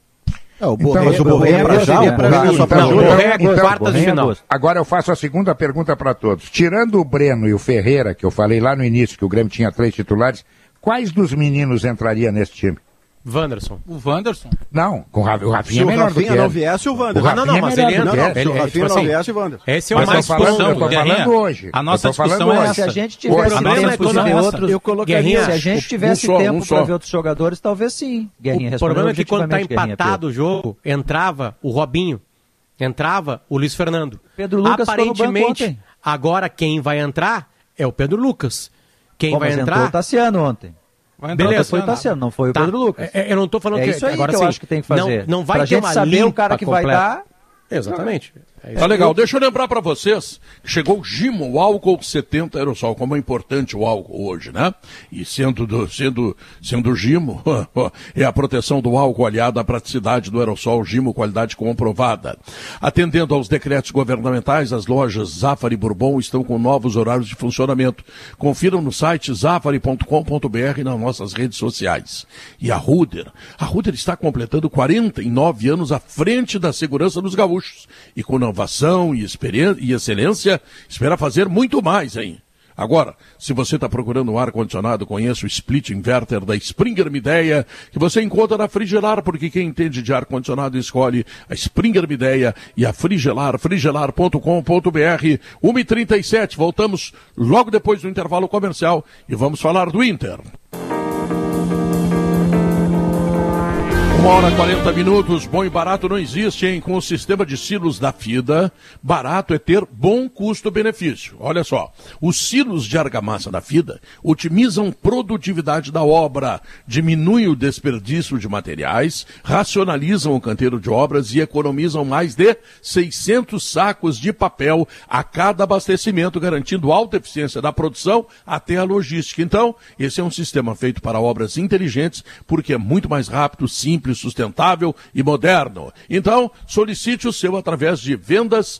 O Borré é para já? O Borré é quartas de final. Agora eu faço a segunda pergunta para todos. Tirando o Breno e o Ferreira, que eu falei lá no início, que o Grêmio tinha 3 titulares, quais dos meninos entraria nesse time? Wanderson. O Wanderson? Não, com o Rafinha é melhor do que ele. Se o Rafinha não viesse, o Wanderson. Mas ele entra. Se o Rafinha não viesse, o Wanderson. Esse é o mais discussão. Eu tô falando hoje. A nossa discussão é essa. Se a gente tivesse tempo para ver outros... Eu colocaria... Se a gente tivesse tempo para ver outros jogadores, talvez sim. O problema é que quando está empatado o jogo, entrava o Robinho, entrava o Luiz Fernando. Pedro Lucas aparentemente, agora quem vai entrar é o Pedro Lucas. Quem vai entrar... entrou o Tassiano ontem. Beleza, foi o Tassiano, não foi o Pedro Lucas. Eu não estou falando que... É isso aí agora, que eu acho que tem que fazer. Não vai pra ter gente uma saber limpa o cara que completa. vai dar... Exatamente. Tá legal. Deixa eu lembrar para vocês que chegou o Gimo, o álcool 70 aerossol. Como é importante o álcool hoje, né? E sendo o Gimo, é a proteção do álcool aliada à praticidade do aerossol Gimo, qualidade comprovada. Atendendo aos decretos governamentais, as lojas Zafari e Bourbon estão com novos horários de funcionamento. Confiram no site zafari.com.br e nas nossas redes sociais. E a Ruder está completando 49 anos à frente da segurança dos gaúchos. E com inovação e excelência, espera fazer muito mais, hein? Agora, se você está procurando um ar-condicionado, conheça o Split Inverter da Springer Midea, que você encontra na Frigelar, porque quem entende de ar-condicionado escolhe a Springer Midea e a Frigelar, frigelar.com.br. 1h37, voltamos logo depois do intervalo comercial e vamos falar do Inter. 1h40, bom e barato não existe, hein? Com o sistema de silos da FIDA, barato é ter bom custo-benefício. Olha só, os silos de argamassa da FIDA otimizam produtividade da obra, diminuem o desperdício de materiais, racionalizam o canteiro de obras e economizam mais de 600 sacos de papel a cada abastecimento, garantindo alta eficiência da produção até a logística. Então, esse é um sistema feito para obras inteligentes, porque é muito mais rápido, simples, sustentável e moderno. Então, solicite o seu através de vendas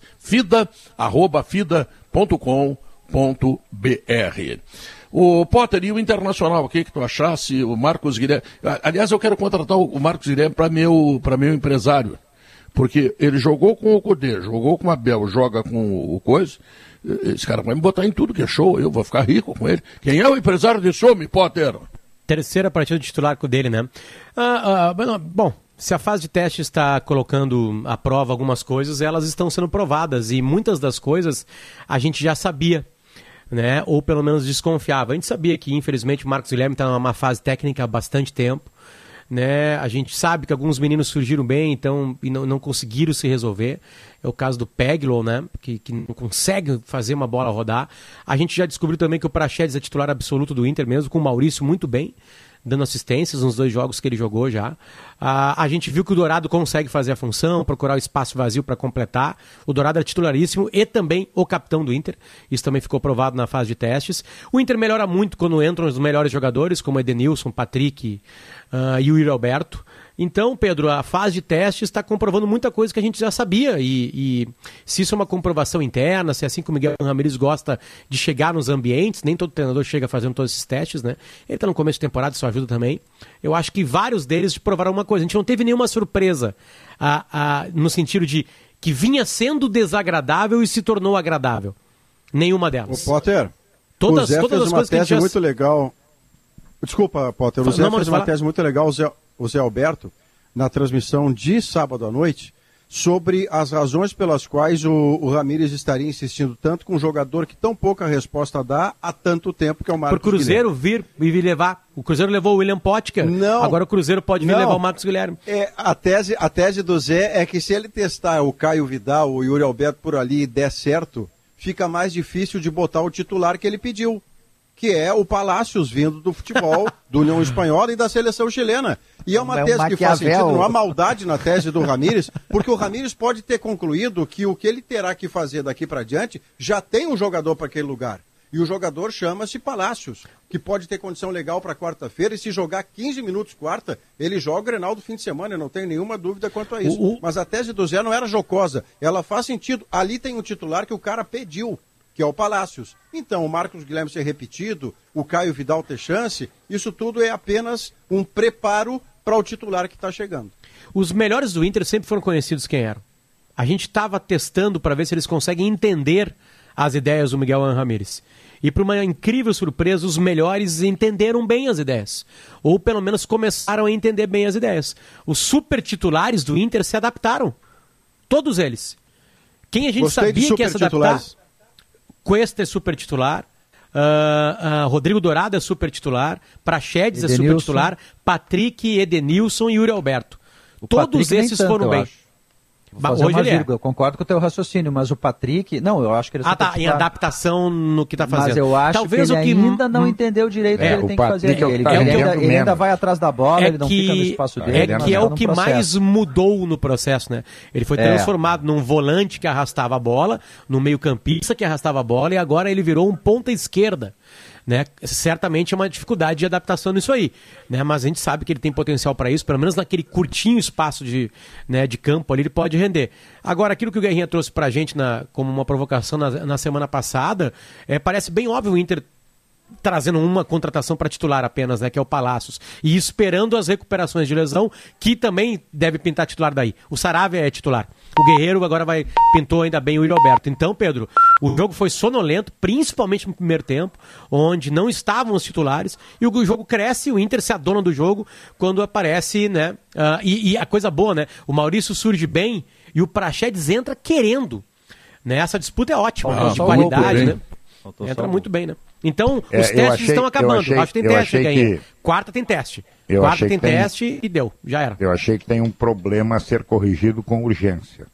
fida@fida.com.br. O Potter e o Internacional, o que tu achasse? O Marcos Guilherme. Aliás, eu quero contratar o Marcos Guilherme para meu empresário. Porque ele jogou com o Cudê, jogou com o Abel, joga com o Coisa. Esse cara vai me botar em tudo que é show, eu vou ficar rico com ele. Quem é o empresário desse homem, Potter? Terceira partida de titular com o dele, né? Bom, se a fase de teste está colocando à prova algumas coisas, elas estão sendo provadas e muitas das coisas a gente já sabia, né? Ou pelo menos desconfiava. A gente sabia que, infelizmente, o Marcos Guilherme está numa fase técnica há bastante tempo, né? A gente sabe que alguns meninos surgiram bem, então, e não conseguiram se resolver. É o caso do Peglow, né? Que não consegue fazer uma bola rodar. A gente já descobriu também que o Praxedes é titular absoluto do Inter mesmo, com o Maurício muito bem, dando assistências nos 2 jogos que ele jogou já. A gente viu que o Dourado consegue fazer a função, procurar o espaço vazio para completar. O Dourado é titularíssimo e também o capitão do Inter. Isso também ficou provado na fase de testes. O Inter melhora muito quando entram os melhores jogadores, como Edenilson, Patrick e o Yuri Alberto. Então, Pedro, a fase de teste está comprovando muita coisa que a gente já sabia. E se isso é uma comprovação interna, se é assim que o Miguel Ramírez gosta de chegar nos ambientes, nem todo treinador chega fazendo todos esses testes, né? Ele está no começo de temporada, isso ajuda também. Eu acho que vários deles provaram uma coisa. A gente não teve nenhuma surpresa no sentido de que vinha sendo desagradável e se tornou agradável. Nenhuma delas. O Potter, todas o Zé as fez uma coisas tese que muito legal. Desculpa, Potter, o Zé fez uma tese muito legal, o Zé Alberto, na transmissão de sábado à noite, sobre as razões pelas quais o Ramírez estaria insistindo tanto com um jogador que tão pouca resposta dá há tanto tempo, que é o Marcos Guilherme. Por Cruzeiro Guilherme. vir e levar. O Cruzeiro levou o William Potker, agora o Cruzeiro pode vir levar o Marcos Guilherme. A tese do Zé é que se ele testar o Caio Vidal, o Yuri Alberto por ali e der certo, fica mais difícil de botar o titular que ele pediu, que é o Palácios, vindo do futebol, do União Espanhola e da seleção chilena. E é uma tese que faz sentido, não há maldade na tese do Ramírez, porque o Ramírez pode ter concluído que o que ele terá que fazer daqui para diante já tem um jogador para aquele lugar. E o jogador chama-se Palácios, que pode ter condição legal para quarta-feira, e se jogar 15 minutos quarta, ele joga o Grenal do fim de semana, eu não tenho nenhuma dúvida quanto a isso. Mas a tese do Zé não era jocosa, ela faz sentido. Ali tem um titular que o cara pediu, que é o Palácios. Então, o Marcos Guilherme ser repetido, o Caio Vidal ter chance, isso tudo é apenas um preparo para o titular que está chegando. Os melhores do Inter sempre foram conhecidos quem eram. A gente estava testando para ver se eles conseguem entender as ideias do Miguel Ramírez. E, por uma incrível surpresa, os melhores entenderam bem as ideias. Ou, pelo menos, começaram a entender bem as ideias. Os super titulares do Inter se adaptaram. Todos eles. Quem a gente sabia que ia se adaptar... Cuesta é super titular, Rodrigo Dourado é super titular, Praxedes é super titular, Patrick, Edenilson e Yuri Alberto. Todos esses foram bem. Hoje ele eu concordo com o teu raciocínio, mas o Patrick... Não, eu acho que ele... em adaptação no que está fazendo. Mas eu acho Talvez que ele ainda não entendeu direito o que ele tem que fazer. Ele ainda vai atrás da bola, ele não fica no espaço dele. É o que mais mudou no processo, né? Ele foi transformado num volante que arrastava a bola, num meio-campista que arrastava a bola, e agora ele virou um ponta esquerda. Né? Certamente é uma dificuldade de adaptação nisso aí, né? Mas a gente sabe que ele tem potencial para isso, pelo menos naquele curtinho espaço de campo ali ele pode render. Agora, aquilo que o Guerrinha trouxe pra gente como uma provocação na semana passada, parece bem óbvio o Inter trazendo uma contratação para titular apenas, né, que é o Palácios, e esperando as recuperações de lesão, que também deve pintar titular daí. O Saravia é titular. O Guerreiro agora pintou ainda bem o Yuri Alberto. Então, Pedro, o jogo foi sonolento, principalmente no primeiro tempo, onde não estavam os titulares, e o jogo cresce, o Inter se adona do jogo quando aparece, né, e a coisa boa, né, o Maurício surge bem e o Praxedes entra querendo, né, essa disputa é ótima, de qualidade, né, entra muito bem, né. Então, os testes estão acabando. Acho que tem teste aí. Quarta tem teste. Quarta tem teste e deu. Já era. Eu achei que tem um problema a ser corrigido com urgência.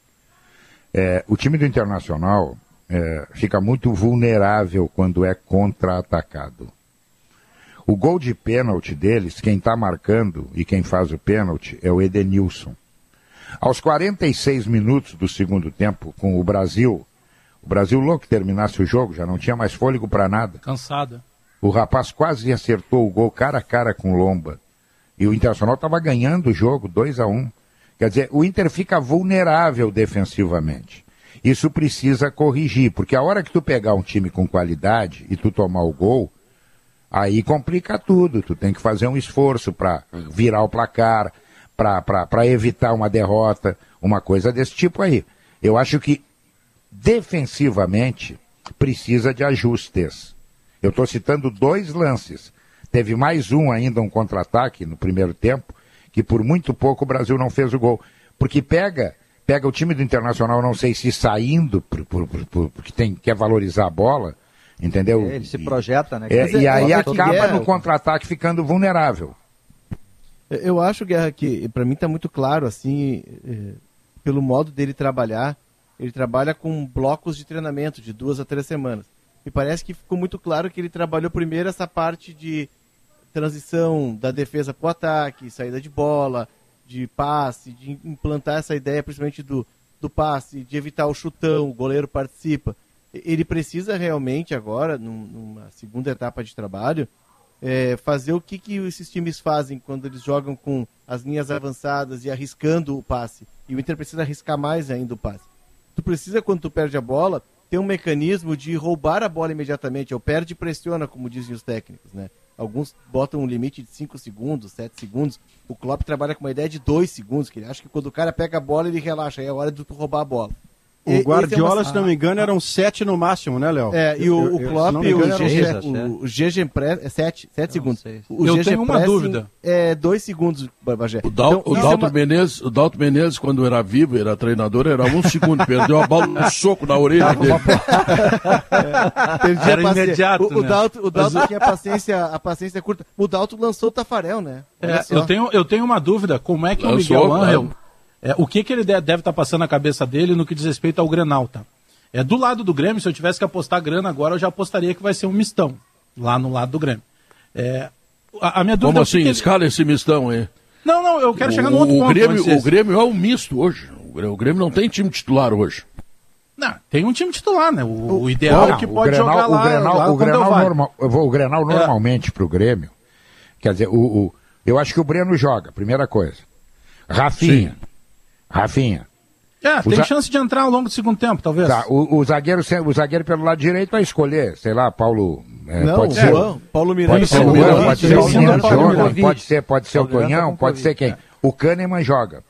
O time do Internacional fica muito vulnerável quando é contra-atacado. O gol de pênalti deles, quem está marcando e quem faz o pênalti é o Edenilson. Aos 46 minutos do segundo tempo, com o Brasil louco que terminasse o jogo, já não tinha mais fôlego para nada. Cansado. O rapaz quase acertou o gol cara a cara com o Lomba. E o Internacional estava ganhando o jogo, 2-1. Quer dizer, o Inter fica vulnerável defensivamente. Isso precisa corrigir, porque a hora que tu pegar um time com qualidade e tu tomar o gol, aí complica tudo. Tu tem que fazer um esforço para virar o placar, para evitar uma derrota, uma coisa desse tipo aí. Eu acho que defensivamente precisa de ajustes. Eu estou citando 2 lances. Teve mais um ainda, um contra-ataque no primeiro tempo, que por muito pouco o Brasil não fez o gol. Porque pega o time do Internacional, não sei se saindo, porque quer valorizar a bola, entendeu? Ele se projeta, né? E aí acaba no contra-ataque ficando vulnerável. Eu acho, Guerra, que para mim está muito claro, assim, pelo modo dele trabalhar. Ele trabalha com blocos de treinamento de 2 a 3 semanas. Me parece que ficou muito claro que ele trabalhou primeiro essa parte de transição da defesa para o ataque, saída de bola, de passe, de implantar essa ideia principalmente do passe, de evitar o chutão, o goleiro participa. Ele precisa realmente agora, numa segunda etapa de trabalho, fazer o que esses times fazem quando eles jogam com as linhas avançadas e arriscando o passe. E o Inter precisa arriscar mais ainda o passe. Tu precisa, quando tu perde a bola, ter um mecanismo de roubar a bola imediatamente. É o perde e pressiona, como dizem os técnicos, né? Alguns botam um limite de 5 segundos, 7 segundos. O Klopp trabalha com uma ideia de 2 segundos, que ele acha que quando o cara pega a bola, ele relaxa. Aí é hora de tu roubar a bola. O Guardiola, se não me engano, eram 7 no máximo, né, Léo? E o Klopp e o Gegenpress é 7 segundos. Eu tenho uma dúvida. É 2 segundos, Bagé. O Dalton Menezes, quando era vivo, era treinador, era 1 segundo. Perdeu a bola, um soco na orelha dele. Era imediato, o Dalton tinha a paciência curta. O Dalton lançou o Tafarel, né? Eu tenho uma dúvida. Como é que o Miguel Ángel... o que ele deve estar passando na cabeça dele no que diz respeito ao Grenal, tá? Do lado do Grêmio, se eu tivesse que apostar grana agora, eu já apostaria que vai ser um mistão, lá no lado do Grêmio. A minha dúvida Como assim? Escala esse mistão aí. Não, eu quero chegar no outro ponto. O Grêmio é um misto hoje. O Grêmio não tem time titular hoje. Não, tem um time titular, né? O ideal é que pode jogar lá. O Grenal normalmente pro Grêmio, quer dizer, eu acho que o Breno joga, primeira coisa. Rafinha. Tem chance de entrar ao longo do segundo tempo, talvez. Tá, o zagueiro pelo lado direito vai escolher, sei lá, Paulo... Paulo Miranda. Pode ser o Tonhão, pode ser quem? O Kahneman joga.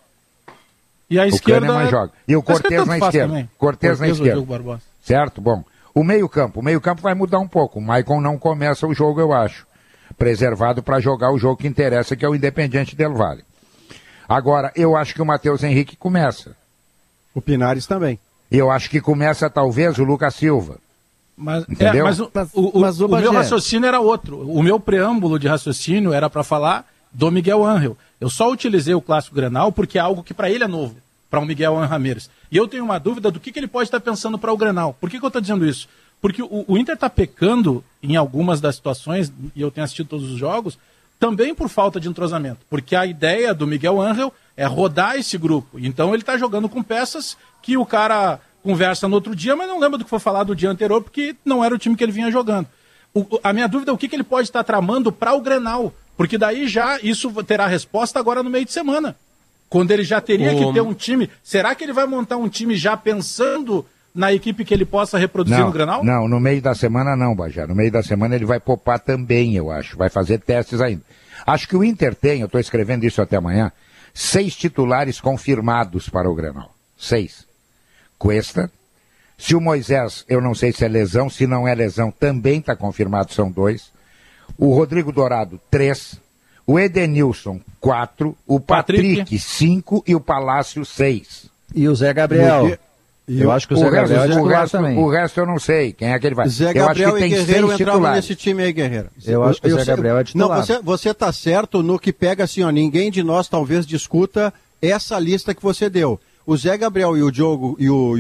E a esquerda... O Kahneman joga. E o Cortez na esquerda. Cortez na esquerda. Certo? Bom. O meio-campo vai mudar um pouco. O Maicon não começa o jogo, eu acho. Preservado para jogar o jogo que interessa, que é o Independiente Del Valle. Agora, eu acho que o Matheus Henrique começa. O Pinares também. Eu acho que começa, talvez, o Lucas Silva. Entendeu? Mas o meu raciocínio era outro. O meu preâmbulo de raciocínio era para falar do Miguel Ángel. Eu só utilizei o Clássico Grenal porque é algo que para ele é novo, para o Miguel Ángel Ramírez. E eu tenho uma dúvida do que ele pode estar pensando para o Grenal. Por que eu estou dizendo isso? Porque o Inter está pecando em algumas das situações, e eu tenho assistido todos os jogos, também por falta de entrosamento, porque a ideia do Miguel Ángel é rodar esse grupo. Então ele está jogando com peças que o cara conversa no outro dia, mas não lembra do que foi falado do dia anterior, porque não era o time que ele vinha jogando. A minha dúvida é o que ele pode estar tramando para o Grenal, porque daí já isso terá resposta agora no meio de semana, quando ele já teria que ter um time. Será que ele vai montar um time já pensando na equipe que ele possa reproduzir no Grenal? Não, no meio da semana não, Bajá. No meio da semana ele vai poupar também, eu acho. Vai fazer testes ainda. Acho que o Inter tem, eu estou escrevendo isso até amanhã, 6 titulares confirmados para o Grenal. 6. Cuesta. Se o Moisés, eu não sei se é lesão, se não é lesão, também está confirmado, são 2. O Rodrigo Dourado, 3. O Edenilson, 4. O Patrick 5 e o Palácio, 6. E o Zé Gabriel? Eu acho que o Zé Gabriel é titular também. O resto eu não sei. Quem é que ele vai? Zé Gabriel e Guerreiro entravam nesse time aí, Guerreiro. Eu acho que o Zé Gabriel é titular. Não, você está certo no que pega assim, ó, ninguém de nós talvez discuta essa lista que você deu. O Zé Gabriel e o Diogo,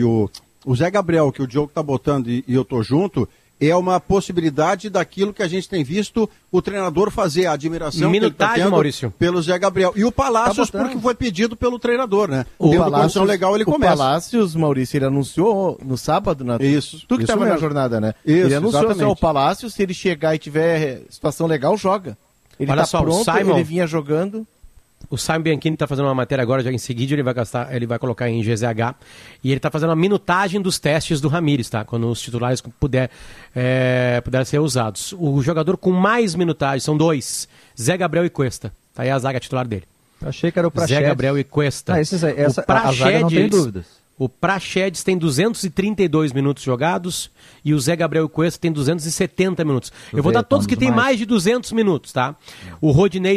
o Zé Gabriel que o Diogo está botando e eu tô junto, é uma possibilidade daquilo que a gente tem visto o treinador fazer, a admiração minutagem, que ele tá tendo Maurício, pelo Zé Gabriel. E o Palácios, porque foi pedido pelo treinador, né? O Palácios, legal, ele começa. O Palácios, Maurício, ele anunciou no sábado, Isso. Tu que estava na jornada, né? Isso, ele anunciou exatamente. O Palácios, se ele chegar e tiver situação legal, joga. Ele Olha tá só, pronto, Simon, ele vinha jogando. O Simon Bianchini está fazendo uma matéria agora, já em seguida ele vai colocar em GZH, e ele está fazendo a minutagem dos testes do Ramírez, tá? Quando os titulares puder ser usados. O jogador com mais minutagem são 2, Zé Gabriel e Cuesta. Tá aí a zaga titular dele. Eu achei que era o Praxedes. Zé Gabriel e Cuesta. A zaga não tem dúvidas. O Praxedes tem 232 minutos jogados e o Zé Gabriel e Cuesta tem 270 minutos. Eu vou dar todos que tem mais de 200 minutos, tá? O Rodinei,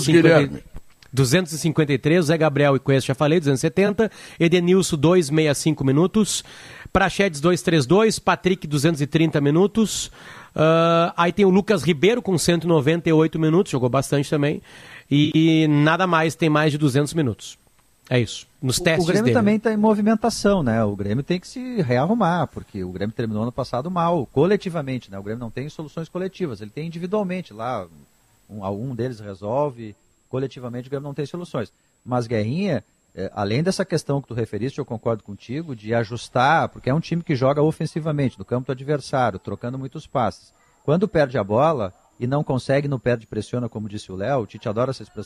253, Zé Gabriel e Cuesta, já falei, 270, Edenilson, 265 minutos, Praxedes, 232, Patrick, 230 minutos, aí tem o Lucas Ribeiro com 198 minutos, jogou bastante também, e nada mais tem mais de 200 minutos. É isso, nos testes dele. O Grêmio também está em movimentação, né? O Grêmio tem que se rearrumar, porque o Grêmio terminou ano passado mal, coletivamente, né? O Grêmio não tem soluções coletivas, ele tem individualmente lá, algum deles resolve. Coletivamente o Grêmio não tem soluções. Mas Guerrinha, além dessa questão que tu referiste, eu concordo contigo, de ajustar, porque é um time que joga ofensivamente, no campo do adversário, trocando muitos passes. Quando perde a bola e não consegue, não perde, pressiona, como disse o Léo, o Tite adora essa expressão,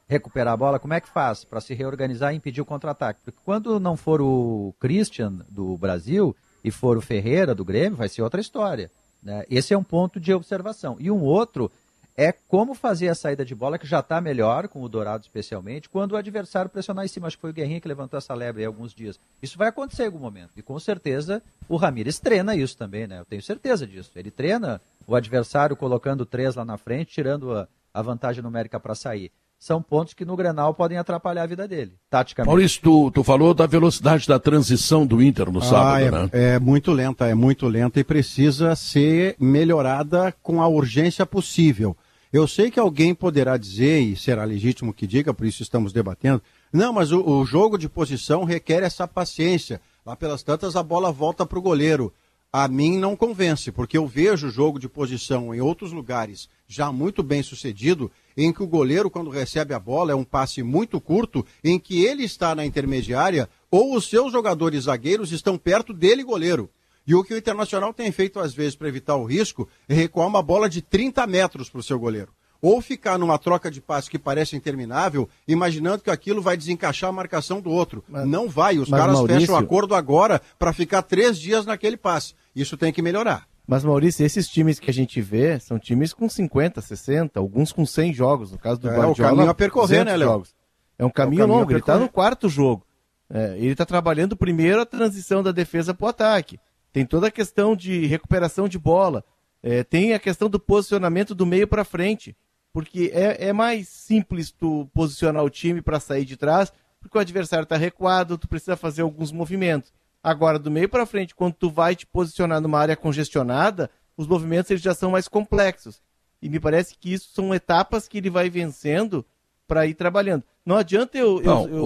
recuperar a bola, como é que faz para se reorganizar e impedir o contra-ataque? Porque quando não for o Christian do Brasil e for o Ferreira do Grêmio, vai ser outra história, né? Esse é um ponto de observação. E um outro é como fazer a saída de bola, que já está melhor, com o Dourado especialmente, quando o adversário pressionar em cima. Acho que foi o Guerrinha que levantou essa lebre aí há alguns dias. Isso vai acontecer em algum momento. E com certeza o Ramírez treina isso também, né? Eu tenho certeza disso. Ele treina o adversário colocando 3 lá na frente, tirando a vantagem numérica para sair. São pontos que no Grenal podem atrapalhar a vida dele, taticamente. Maurício, tu falou da velocidade da transição do Inter no sábado, né? É muito lenta e precisa ser melhorada com a urgência possível. Eu sei que alguém poderá dizer, e será legítimo que diga, por isso estamos debatendo, não, mas o jogo de posição requer essa paciência. Lá pelas tantas a bola volta para o goleiro. A mim não convence, porque eu vejo o jogo de posição em outros lugares já muito bem sucedido, em que o goleiro, quando recebe a bola, é um passe muito curto, em que ele está na intermediária ou os seus jogadores zagueiros estão perto dele, goleiro. E o que o Internacional tem feito às vezes para evitar o risco é recuar uma bola de 30 metros para o seu goleiro. Ou ficar numa troca de passe que parece interminável, imaginando que aquilo vai desencaixar a marcação do outro. Não vai, os caras Maurício, fecham o acordo agora para ficar 3 dias naquele passe. Isso tem que melhorar. Mas, Maurício, esses times que a gente vê são times com 50, 60, alguns com 100 jogos. No caso do Guardiola, o caminho a percorrer, né, Léo? Jogos. É um caminho longo, ele está no 4º jogo. Ele está trabalhando primeiro a transição da defesa para o ataque. Tem toda a questão de recuperação de bola. Tem a questão do posicionamento do meio para frente. Porque é mais simples tu posicionar o time para sair de trás, porque o adversário está recuado, tu precisa fazer alguns movimentos. Agora, do meio para frente, quando tu vai te posicionar numa área congestionada, os movimentos eles já são mais complexos. E me parece que isso são etapas que ele vai vencendo para ir trabalhando. Não adianta eu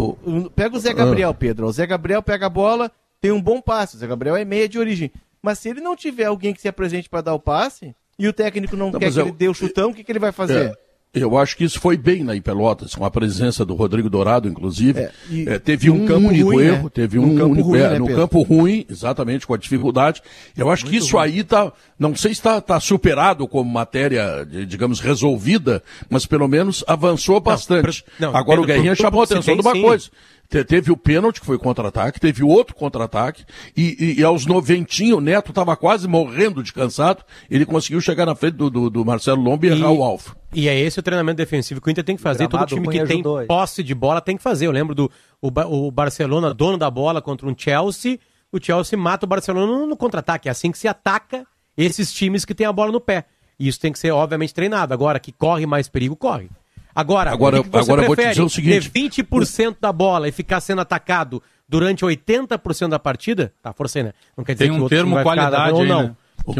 pego o Zé Gabriel, Pedro. O Zé Gabriel pega a bola, tem um bom passe. O Zé Gabriel é meia de origem. Mas se ele não tiver alguém que se apresente para dar o passe, e o técnico não quer que ele dê o chutão, o que ele vai fazer? Eu acho que isso foi bem na Pelotas, com a presença do Rodrigo Dourado, inclusive. Teve um único ruim, erro, né? teve um único erro no campo ruim, exatamente, com a dificuldade. Eu acho que isso aí não sei se está superado como matéria, digamos, resolvida, mas pelo menos avançou bastante. Agora o Guerrinha chamou a atenção de uma coisa. Teve o pênalti, que foi contra-ataque, teve o outro contra-ataque, e aos 90, o Neto estava quase morrendo de cansado, ele conseguiu chegar na frente do Marcelo Lomba e errar o alvo. E é esse o treinamento defensivo que o Inter tem que fazer, todo time que tem posse de bola tem que fazer. Eu lembro o Barcelona, dono da bola contra um Chelsea, o Chelsea mata o Barcelona no contra-ataque, é assim que se ataca esses times que têm a bola no pé. E isso tem que ser, obviamente, treinado. Agora, que corre mais perigo, corre. Agora eu vou te dizer o seguinte: ter 20% da bola e ficar sendo atacado durante 80% da partida, forcei, né? Não quer dizer tem que o um outro termo time vai qualidade ficar, aí, não. Né?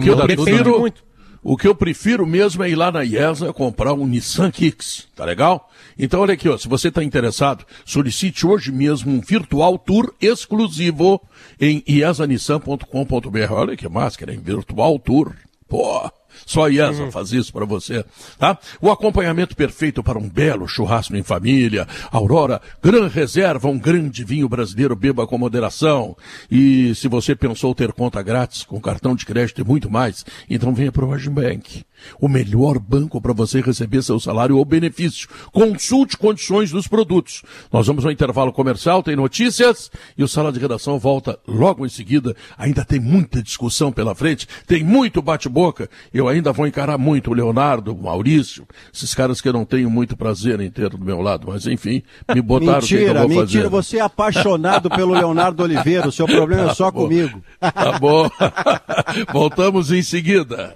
O que eu prefiro mesmo é ir lá na IESA comprar um Nissan Kicks, tá legal? Então olha aqui, se você está interessado, solicite hoje mesmo um virtual tour exclusivo em iesanissan.com.br. Olha que máscara, hein? Virtual tour. Pô, só a IESA faz isso para você, tá? O acompanhamento perfeito para um belo churrasco em família. Aurora, Gran Reserva, um grande vinho brasileiro, beba com moderação. E se você pensou ter conta grátis, com cartão de crédito e muito mais, então venha para o Agibank. O melhor banco para você receber seu salário ou benefício. Consulte condições dos produtos. Nós vamos ao intervalo comercial, tem notícias e o Sala de Redação volta logo em seguida. Ainda tem muita discussão pela frente, tem muito bate-boca. Eu ainda vou encarar muito o Leonardo, o Maurício, esses caras que eu não tenho muito prazer em ter do meu lado, mas enfim, me botaram. Mentira, você é apaixonado pelo Leonardo Oliveira, o seu problema é só comigo. Tá bom. Voltamos em seguida.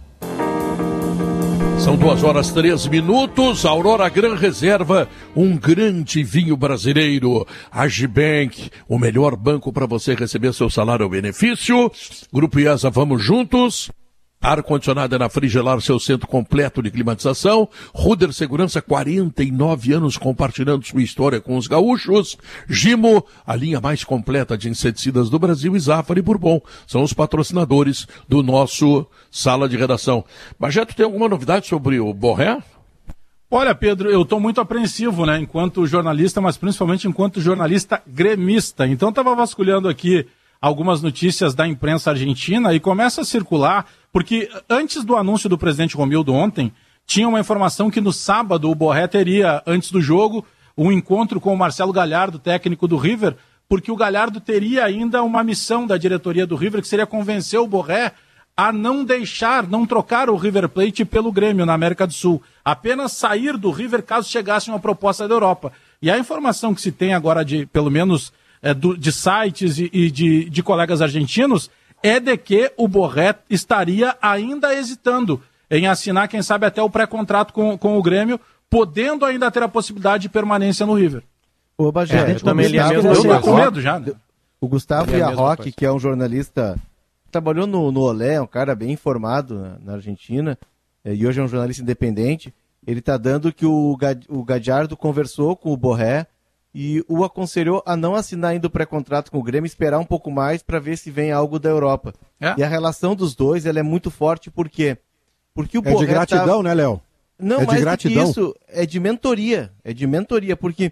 São 2h03, Aurora Gran Reserva, um grande vinho brasileiro. Agibank, o melhor banco para você receber seu salário ou benefício. Grupo IESA, vamos juntos. Ar-condicionado é na Frigelar, seu centro completo de climatização. Ruder Segurança, 49 anos compartilhando sua história com os gaúchos. Gimo, a linha mais completa de inseticidas do Brasil, e Zafari Bourbon são os patrocinadores do nosso Sala de Redação. Bajeto, tem alguma novidade sobre o Borré? Olha, Pedro, eu estou muito apreensivo, né, enquanto jornalista, mas principalmente enquanto jornalista gremista. Então estava vasculhando aqui algumas notícias da imprensa argentina e começa a circular, porque antes do anúncio do presidente Romildo ontem, tinha uma informação que no sábado o Borré teria, antes do jogo, um encontro com o Marcelo Galhardo, técnico do River, porque o Galhardo teria ainda uma missão da diretoria do River, que seria convencer o Borré a não trocar o River Plate pelo Grêmio na América do Sul. Apenas sair do River caso chegasse uma proposta da Europa. E a informação que se tem agora, pelo menos de sites e de colegas argentinos, é de que o Borré estaria ainda hesitando em assinar, quem sabe, até o pré-contrato com o Grêmio, podendo ainda ter a possibilidade de permanência no River. Ô, Bagé, eu também li a mesma coisa. Eu tô com medo já, né? O Gustavo Iarroque, que é um jornalista, trabalhou no Olé, um cara bem informado na Argentina, e hoje é um jornalista independente. Ele está dando que o Gallardo conversou com o Borré e o aconselhou a não assinar ainda o pré-contrato com o Grêmio, esperar um pouco mais para ver se vem algo da Europa. E a relação dos dois ela é muito forte, por quê? Porque o Borré de gratidão, né, Léo? Não, mais do que isso, é de mentoria, porque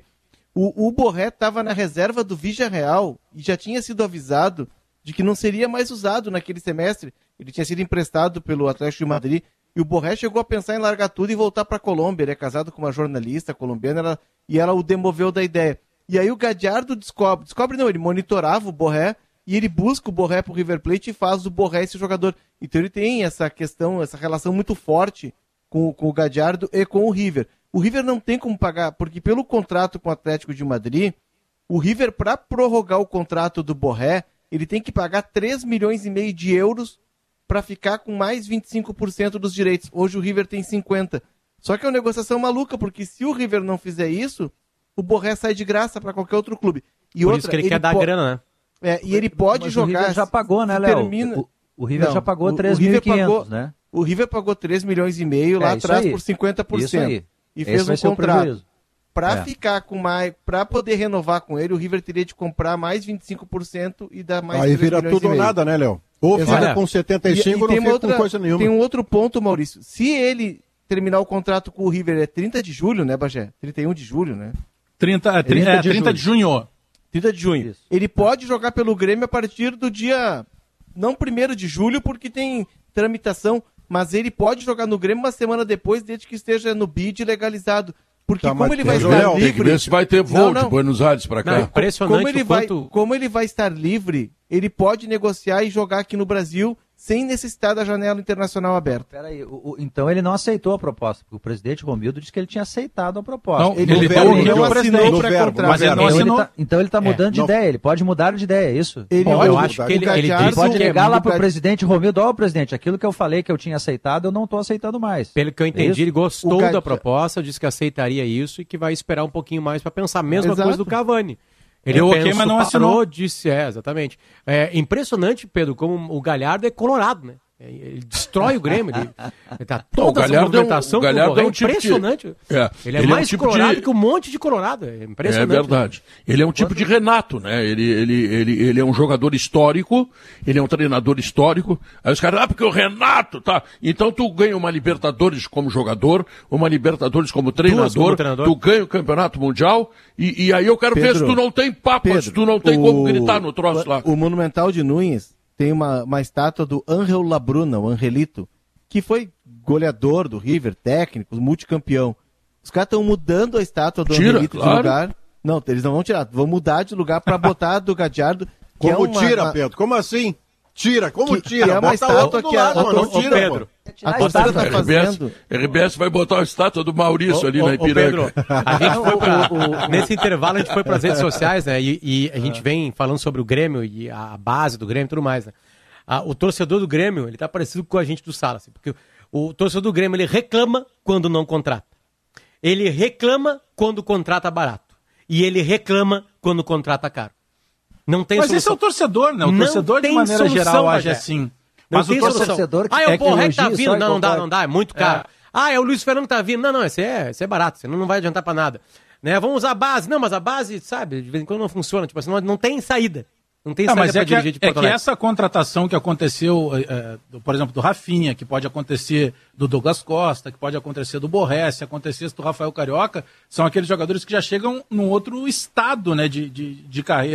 o Borré estava na reserva do Villarreal e já tinha sido avisado de que não seria mais usado naquele semestre. Ele tinha sido emprestado pelo Atlético de Madrid e o Borré chegou a pensar em largar tudo e voltar para a Colômbia. Ele é casado com uma jornalista colombiana e ela o demoveu da ideia. E aí o Gallardo ele monitorava o Borré e ele busca o Borré para o River Plate e faz do Borré esse jogador. Então ele tem essa relação muito forte com o Gallardo e com o River. O River não tem como pagar, porque pelo contrato com o Atlético de Madrid, o River, para prorrogar o contrato do Borré, ele tem que pagar 3,5 milhões de euros para ficar com mais 25% dos direitos. Hoje o River tem 50%. Só que é uma negociação maluca, porque se o River não fizer isso, o Borré sai de graça para qualquer outro clube. E por isso que ele quer dar grana, né? E ele pode jogar... O River já pagou, né, Léo? O River já pagou 3.500, né? O River pagou 3,5 milhões lá atrás por 50%. Isso aí. E fez um contrato. Para ficar com mais, para poder renovar com ele, o River teria de comprar mais 25% e dar mais 3,5 milhões. Aí vira tudo ou nada, né, Léo? Ou fica com 75 ou não fica com coisa nenhuma. Tem um outro ponto, Maurício. Se ele terminar o contrato com o River, é 30 de julho, né, Bagé? 31 de julho, né? 30 de junho. 30 de junho. Isso. Ele pode jogar pelo Grêmio a partir do dia, não 1º de julho, porque tem tramitação, mas ele pode jogar no Grêmio uma semana depois, desde que esteja no bid legalizado. Porque como ele vai estar livre... Tem que ver se vai ter voo de Buenos Aires para cá. Não, impressionante como ele vai estar livre, ele pode negociar e jogar aqui no Brasil sem necessidade da janela internacional aberta. Peraí, então ele não aceitou a proposta, porque o presidente Romildo disse que ele tinha aceitado a proposta. Não, ele não assinou o pré-contrato. Mas ele não assinou. Então ele está mudando de ideia, ele pode mudar de ideia, é isso? Eu acho que ele pode ligar lá para o presidente Romildo, presidente, aquilo que eu falei que eu tinha aceitado, eu não estou aceitando mais. Pelo que eu entendi, ele gostou da proposta, disse que aceitaria isso e que vai esperar um pouquinho mais para pensar. Mesma coisa do Cavani. Ele mas não assinou. Disse, exatamente. É impressionante, Pedro, como o Galhardo é colorado, né? Ele destrói o Grêmio. Ele tá toda essa movimentação. O Galhardo é um tipo impressionante. Ele é mais colorado que um monte de colorado. É impressionante. É verdade. Ele é um tipo de Renato, né? Ele é um jogador histórico, ele é um treinador histórico. Aí os caras, porque o Renato, tá? Então tu ganha uma Libertadores como jogador, uma Libertadores como treinador, tu ganha o Campeonato Mundial, e aí eu quero ver se tu não tem papo, se tu não tem como gritar no troço lá. O Monumental de Nunes tem uma estátua do Ángel Labruna, o Angelito, que foi goleador do River, técnico, multicampeão. Os caras estão mudando a estátua do Angelito de lugar. Não, eles não vão tirar, vão mudar de lugar para botar a do Gallardo. Como tira, Pedro? Como assim? Tira, como tira? Que é uma estátua que não tira, Pedro. A torcida está fazendo. RBS vai botar a estátua do Maurício ali na Ipiranga. Pedro, a gente foi nesse intervalo a gente foi para as redes sociais, né? E a gente vem falando sobre o Grêmio e a base do Grêmio e tudo mais, né? O torcedor do Grêmio, ele tá parecido com a gente do Sala, assim, porque o torcedor do Grêmio, ele reclama quando não contrata. Ele reclama quando contrata barato. E ele reclama quando contrata caro. Não tem Mas solução. Esse é o torcedor, né? O torcedor, de maneira geral, age assim. Mas o torcedor que o Borré tá vindo, não dá, é muito caro. É o Luiz Fernando que tá vindo. Não, esse é barato, você não vai adiantar pra nada. Né? Vamos usar a base. Não, mas a base, sabe, de vez em quando não funciona. Tipo assim, não tem saída. Não tem saída pra dirigir de Porto Alegre. É que essa contratação que aconteceu, por exemplo, do Rafinha, que pode acontecer do Douglas Costa, que pode acontecer do Borré, se acontecesse do Rafael Carioca, são aqueles jogadores que já chegam num outro estado, né, de carreira.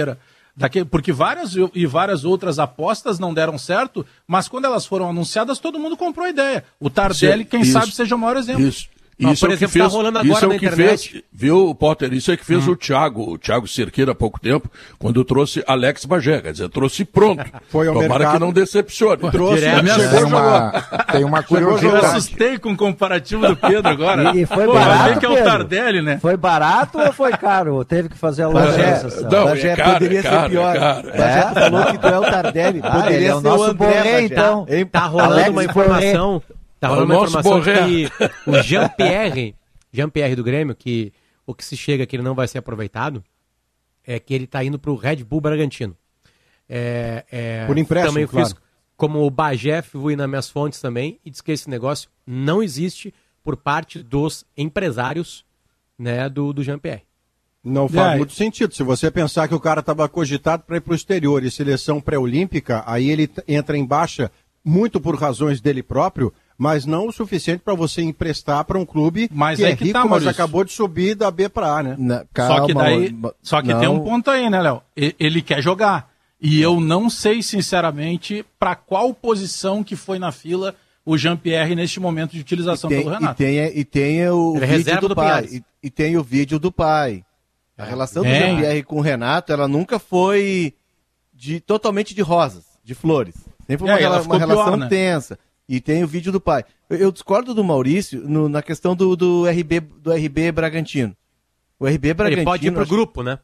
Porque várias outras apostas não deram certo, mas quando elas foram anunciadas, todo mundo comprou a ideia. O Tardelli, sabe, seja o maior exemplo. Isso é o que fez, tá rolando agora na internet. Viu, Potter? Isso é que fez o Thiago Cerqueira há pouco tempo, quando trouxe Alex Bagé, quer dizer, trouxe pronto. Foi ao Tomara mercado, que não decepcione. Trouxe, tem uma curiosidade. Eu assustei com o comparativo do Pedro agora. E foi barato, que é o Tardelli, né? Foi barato ou foi caro? Teve que fazer a loja. Não, Bagé poderia ser pior. Bagé falou que tu é o Tardelli. Poderia ser o nosso André Borré, então. Tá rolando uma informação... Tá rolando uma informação que o Jean-Pierre do Grêmio, que o que se chega que ele não vai ser aproveitado, é que ele tá indo pro Red Bull Bragantino. Por empréstimo, também claro. fiz como o Bagé, fui nas minhas fontes também, e diz que esse negócio não existe por parte dos empresários, né, do Jean-Pierre. Não faz muito sentido. Se você pensar que o cara estava cogitado para ir para o exterior e seleção pré-olímpica, aí ele entra em baixa muito por razões dele próprio, mas não o suficiente para você emprestar para um clube que é rico, mas acabou de subir da B para A, né? Só que tem um ponto aí, né, Léo? Ele quer jogar. E eu não sei, sinceramente, para qual posição que foi na fila o Jean-Pierre neste momento de utilização pelo Renato. E tem o vídeo do pai. E tem o vídeo do pai. A relação do Jean-Pierre com o Renato, ela nunca foi totalmente de rosas, de flores. Sempre foi uma relação tensa. E tem o vídeo do pai. Eu discordo do Maurício na questão do RB Bragantino. O RB Bragantino... Ele pode ir pro grupo, né?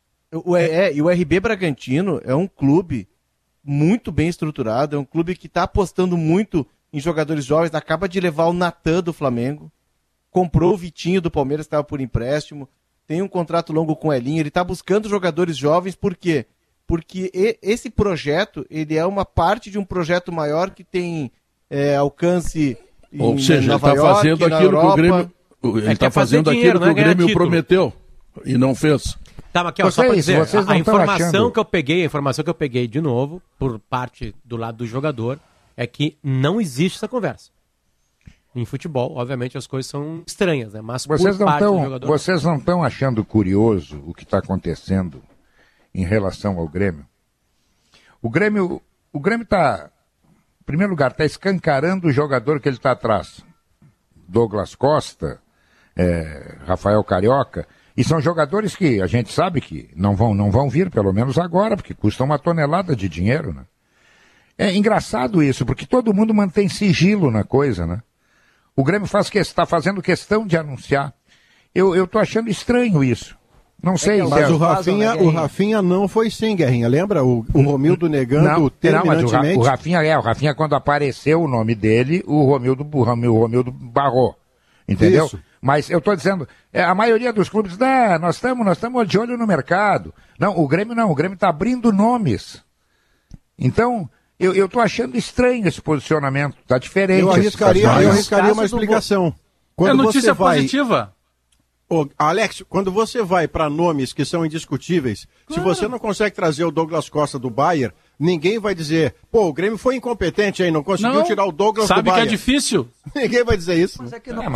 E o RB Bragantino é um clube muito bem estruturado, é um clube que está apostando muito em jogadores jovens, acaba de levar o Natan do Flamengo, comprou o Vitinho do Palmeiras, estava por empréstimo, tem um contrato longo com o Elinho, ele está buscando jogadores jovens, por quê? Porque esse projeto, ele é uma parte de um projeto maior que tem alcance Ou seja, ele está fazendo aquilo que o Grêmio... Ele está fazendo aquilo que o Grêmio prometeu e não fez. Tá, mas aqui, só para dizer, a informação que eu peguei de novo, por parte do lado do jogador, é que não existe essa conversa. Em futebol, obviamente, as coisas são estranhas, né? Mas vocês não estão achando curioso o que está acontecendo em relação ao Grêmio? O Grêmio está, em primeiro lugar, está escancarando o jogador que ele está atrás. Douglas Costa, Rafael Carioca, e são jogadores que a gente sabe que não vão vir, pelo menos agora, porque custam uma tonelada de dinheiro, né? É engraçado isso, porque todo mundo mantém sigilo na coisa, né? O Grêmio está fazendo questão de anunciar. Eu tô achando estranho isso. Não sei. Mas o Rafinha não foi sim, Guerrinha. Lembra? O Romildo negando terminantemente. O Rafinha, quando apareceu o nome dele, o Romildo barrou. Entendeu? Isso. Mas eu estou dizendo, a maioria dos clubes, nós estamos de olho no mercado. Não, o Grêmio está abrindo nomes. Então, eu estou achando estranho esse posicionamento. Está diferente. Eu arriscaria uma explicação. É notícia positiva. Alex, quando você vai para nomes que são indiscutíveis, se você não consegue trazer o Douglas Costa do Bayern, ninguém vai dizer, o Grêmio foi incompetente aí, não conseguiu tirar o Douglas do Bayern. Sabe que é difícil? Ninguém vai dizer isso.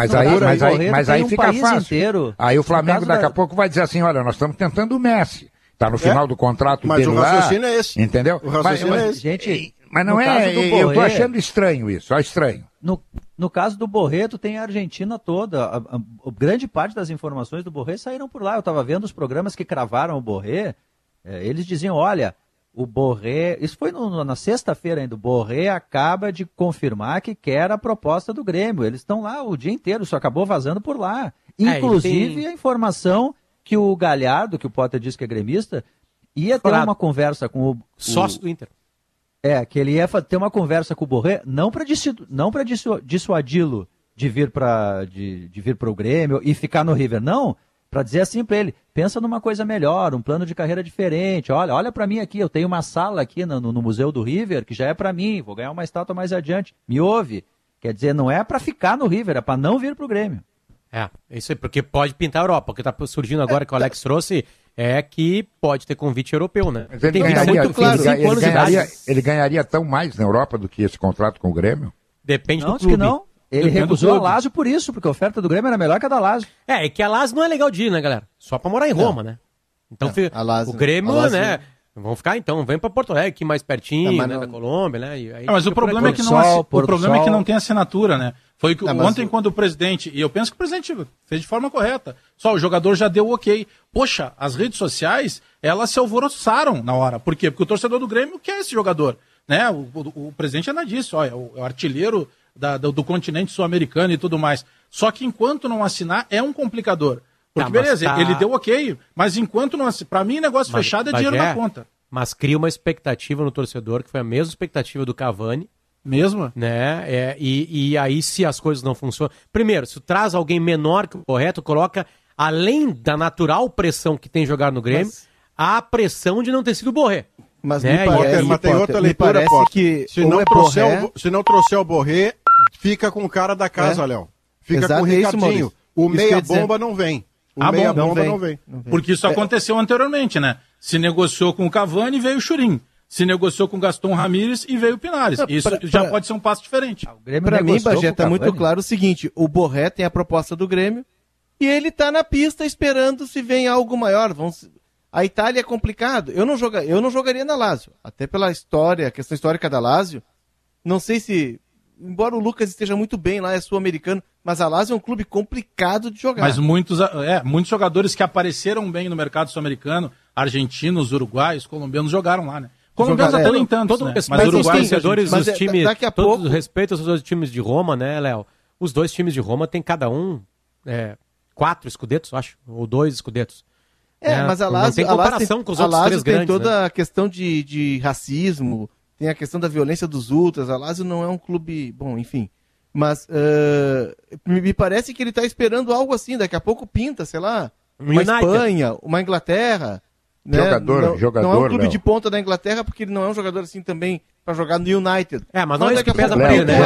Mas aí fica fácil. Inteiro. Aí o Flamengo daqui a pouco vai dizer assim, olha, nós estamos tentando o Messi. Está no final do contrato dele lá. Mas o raciocínio é esse. Entendeu? O raciocínio é esse. Gente, mas não eu estou achando estranho isso, estranho. No caso do Borré, tem a Argentina toda. A grande parte das informações do Borré saíram por lá. Eu estava vendo os programas que cravaram o Borré. Eles diziam, olha, o Borré... Isso foi na sexta-feira ainda. O Borré acaba de confirmar que quer a proposta do Grêmio. Eles estão lá o dia inteiro, isso acabou vazando por lá. Inclusive a informação que o Galhardo, que o Potter disse que é gremista, ia ter uma conversa com o sócio do Inter. Que ele ia ter uma conversa com o Borré, não para dissuadi-lo de vir para o Grêmio e ficar no River, não, para dizer assim para ele, pensa numa coisa melhor, um plano de carreira diferente, olha para mim aqui, eu tenho uma sala aqui no Museu do River, que já é para mim, vou ganhar uma estátua mais adiante, me ouve? Quer dizer, não é para ficar no River, é para não vir para o Grêmio. Isso aí, porque pode pintar a Europa, o que está surgindo agora que o Alex trouxe é que pode ter convite europeu, né? Mas ele ganharia tão mais na Europa do que esse contrato com o Grêmio? Depende do clube. Que não. Ele recusou a Lazio por isso, porque a oferta do Grêmio era melhor que a da Lazio. É que a Lazio não é legal de ir, né, galera? Só pra morar em Roma, né? Então o Grêmio, né? Vamos ficar então, vem para Porto Alegre, aqui mais pertinho, né, da Colômbia, né? E aí mas o problema, é que não tem assinatura, né? Foi que ontem, quando o presidente, e eu penso que o presidente fez de forma correta, só o jogador já deu o ok. Poxa, as redes sociais, elas se alvoroçaram na hora. Por quê? Porque o torcedor do Grêmio quer esse jogador, né? O presidente ainda disse, olha, o artilheiro do continente sul-americano e tudo mais. Só que enquanto não assinar, é um complicador. Porque, beleza, ele deu ok, mas enquanto não assinar, pra mim, negócio fechado é dinheiro na conta. Mas cria uma expectativa no torcedor, que foi a mesma expectativa do Cavani. Mesmo? Né? E aí, se as coisas não funcionam... Primeiro, se traz alguém menor que o correto, coloca, além da natural pressão que tem jogar no Grêmio, a pressão de não ter sido o Borré. Mas né? Mas tem outra leitura, que se não trouxer o Borré, fica com o cara da casa, Léo. Fica com o Ricardinho. O meia-bomba não vem. O meia-bomba não vem. Porque isso aconteceu anteriormente, né? Se negociou com o Cavani e veio o Churin. Se negociou com o Gaston Ramírez e veio o Pinares. Isso já pode ser um passo diferente. Para mim, Bagé, tá muito claro o seguinte, o Borré tem a proposta do Grêmio e ele tá na pista esperando se vem algo maior. A Itália é complicado. Eu não jogaria na Lazio, até pela história, a questão histórica da Lazio. Não sei se, embora o Lucas esteja muito bem lá, é sul-americano, mas a Lazio é um clube complicado de jogar. Mas muitos jogadores que apareceram bem no mercado sul-americano, argentinos, uruguaios, colombianos, jogaram lá, né? Colombianos até nem tantos, né? Mas os torcedores dos times, todo respeito aos dois times de Roma, né, Léo? Os dois times de Roma tem cada um 4 escudetos, acho, ou 2 escudetos. Mas a Lazio não tem comparação com os outros 3 grandes. Tem toda né? a questão de racismo, tem a questão da violência dos ultras. A Lazio não é um clube, bom, enfim. Mas me parece que ele está esperando algo assim. Daqui a pouco pinta, sei lá, uma Espanha, uma Inglaterra. Né? Jogador, não é um clube Léo. de ponta da Inglaterra, porque ele não é um jogador assim também para jogar no United. Mas não é isso que pesa pra ele, né?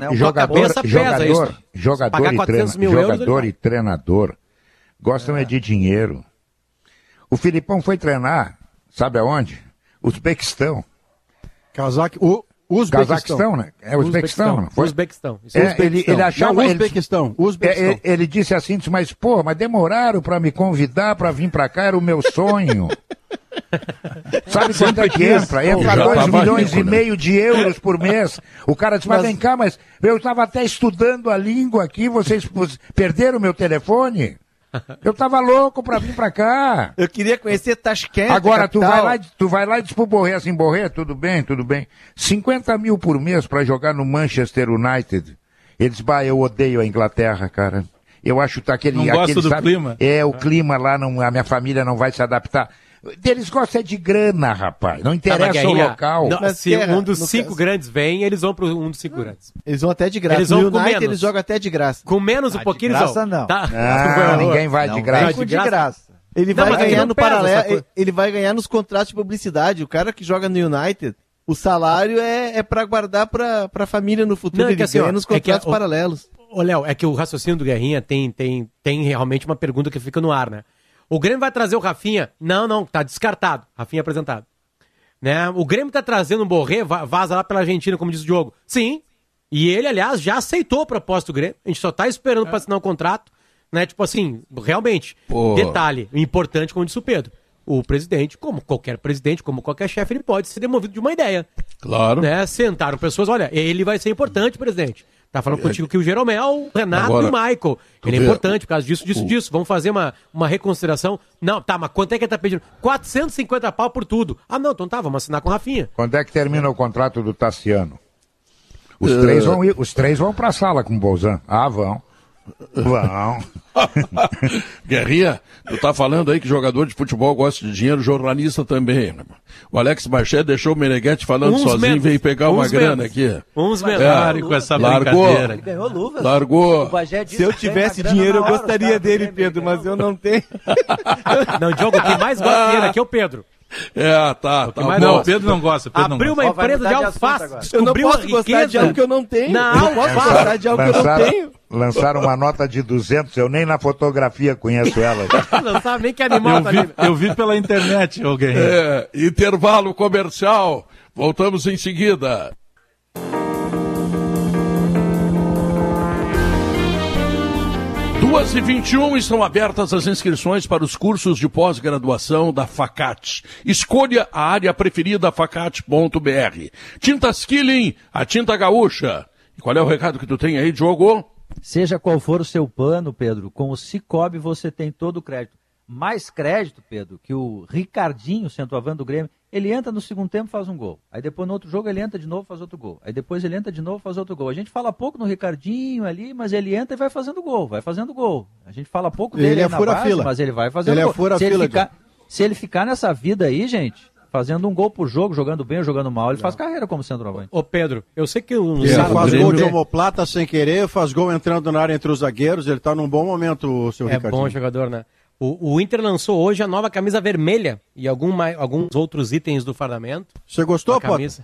Jogador e treinador gostam de dinheiro. O Filipão foi treinar, sabe aonde? Uzbequistão. Cazaquistão, né? É Uzbequistão, não foi? Uzbequistão. Ele achava... Uzbequistão. Ele disse assim, mas demoraram para me convidar para vir para cá, era o meu sonho. Sabe quanto é que entra? Entra 2 milhões e meio de euros por mês. O cara disse, mas vem cá, mas eu estava até estudando a língua aqui, vocês perderam meu telefone? Eu tava louco pra vir pra cá. Eu queria conhecer Tashkent. Agora, tu vai lá e diz pro Borré assim, Borré, tudo bem. 50 mil por mês pra jogar no Manchester United. Ele diz, eu odeio a Inglaterra, cara. Eu acho que não gosto do clima. O clima lá, a minha família não vai se adaptar. Eles gostam de grana, rapaz. Não interessa o local. Não, se um dos 5 grandes vem, eles vão para um dos 5 grandes. Eles vão até de graça. Eles vão no United eles jogam até de graça. Com menos um pouquinho eles vão. Não. Ninguém vai de graça. De graça. Ele vai ganhar no paralelo. Ele vai ganhar nos contratos de publicidade. O cara que joga no United, o salário é para guardar para a família no futuro. Ele ganha nos contratos paralelos. Ô, Léo, é que o raciocínio do Guerrinha tem realmente uma pergunta que fica no ar, né? O Grêmio vai trazer o Rafinha? Não, tá descartado. Rafinha apresentado. Né? O Grêmio tá trazendo um Borré, vaza lá pela Argentina, como diz o Diogo. Sim. E ele, aliás, já aceitou a proposta do Grêmio. A gente só tá esperando para assinar o contrato. Né? Tipo assim, realmente. Detalhe, importante, como disse o Pedro. O presidente, como qualquer chefe, ele pode ser demovido de uma ideia. Claro. Né? Sentaram pessoas, olha, ele vai ser importante, presidente. Tá falando contigo que o Jeromel, o Renato e o Michael. Ele é importante por causa disso. Vamos fazer uma reconsideração. Não, tá, mas quanto é que ele tá pedindo? 450 pau por tudo. Não, então tá, vamos assinar com o Rafinha. Quando é que termina o contrato do Tassiano? Os três vão pra sala com o Bolzan. Vão. Guerrinha, tu tá falando aí que jogador de futebol gosta de dinheiro, jornalista também. O Alex Bachet deixou o Meneghetti falando sozinho e veio pegar uma grana aqui. Uns menos. Com essa brincadeira. Ele ganhou luvas. Largou. Se eu tivesse dinheiro, eu gostaria dele, Pedro, mas eu não tenho. Não, Diogo, quem mais gosta dele aqui é o Pedro. Tá. Não, o Pedro não gosta. Abriu uma empresa de alface. Eu não posso gostar de algo que eu não tenho. Não posso gostar de algo que eu não tenho. Lançaram uma nota de 200, eu nem na fotografia conheço ela. Não sabe nem que animal tá ali. Eu vi pela internet, alguém. Intervalo comercial. Voltamos em seguida. 2h21 estão abertas as inscrições para os cursos de pós-graduação da Facate. Escolha a área preferida, facate.br. Tintas Killing, a tinta gaúcha. E qual é o recado que tu tem aí, Diogo? Seja qual for o seu plano, Pedro, com o Cicobi você tem todo o crédito. Mais crédito, Pedro, que o Ricardinho, centroavante do Grêmio, ele entra no segundo tempo e faz um gol. Aí depois no outro jogo ele entra de novo e faz outro gol. Aí depois ele entra de novo e faz outro gol. A gente fala pouco no Ricardinho ali, mas ele entra e vai fazendo gol, A gente fala pouco dele ele aí na base, fila. mas ele vai fazendo gol. Se ele ficar nessa vida aí, gente, fazendo um gol por jogo, jogando bem ou jogando mal, ele faz carreira como centroavante. Ô Pedro, eu sei que o faz gol de omoplata sem querer, faz gol entrando na área entre os zagueiros, ele tá num bom momento, o seu Ricardinho. É bom jogador, né? O Inter lançou hoje a nova camisa vermelha e alguns outros itens do fardamento. Você gostou, camisa?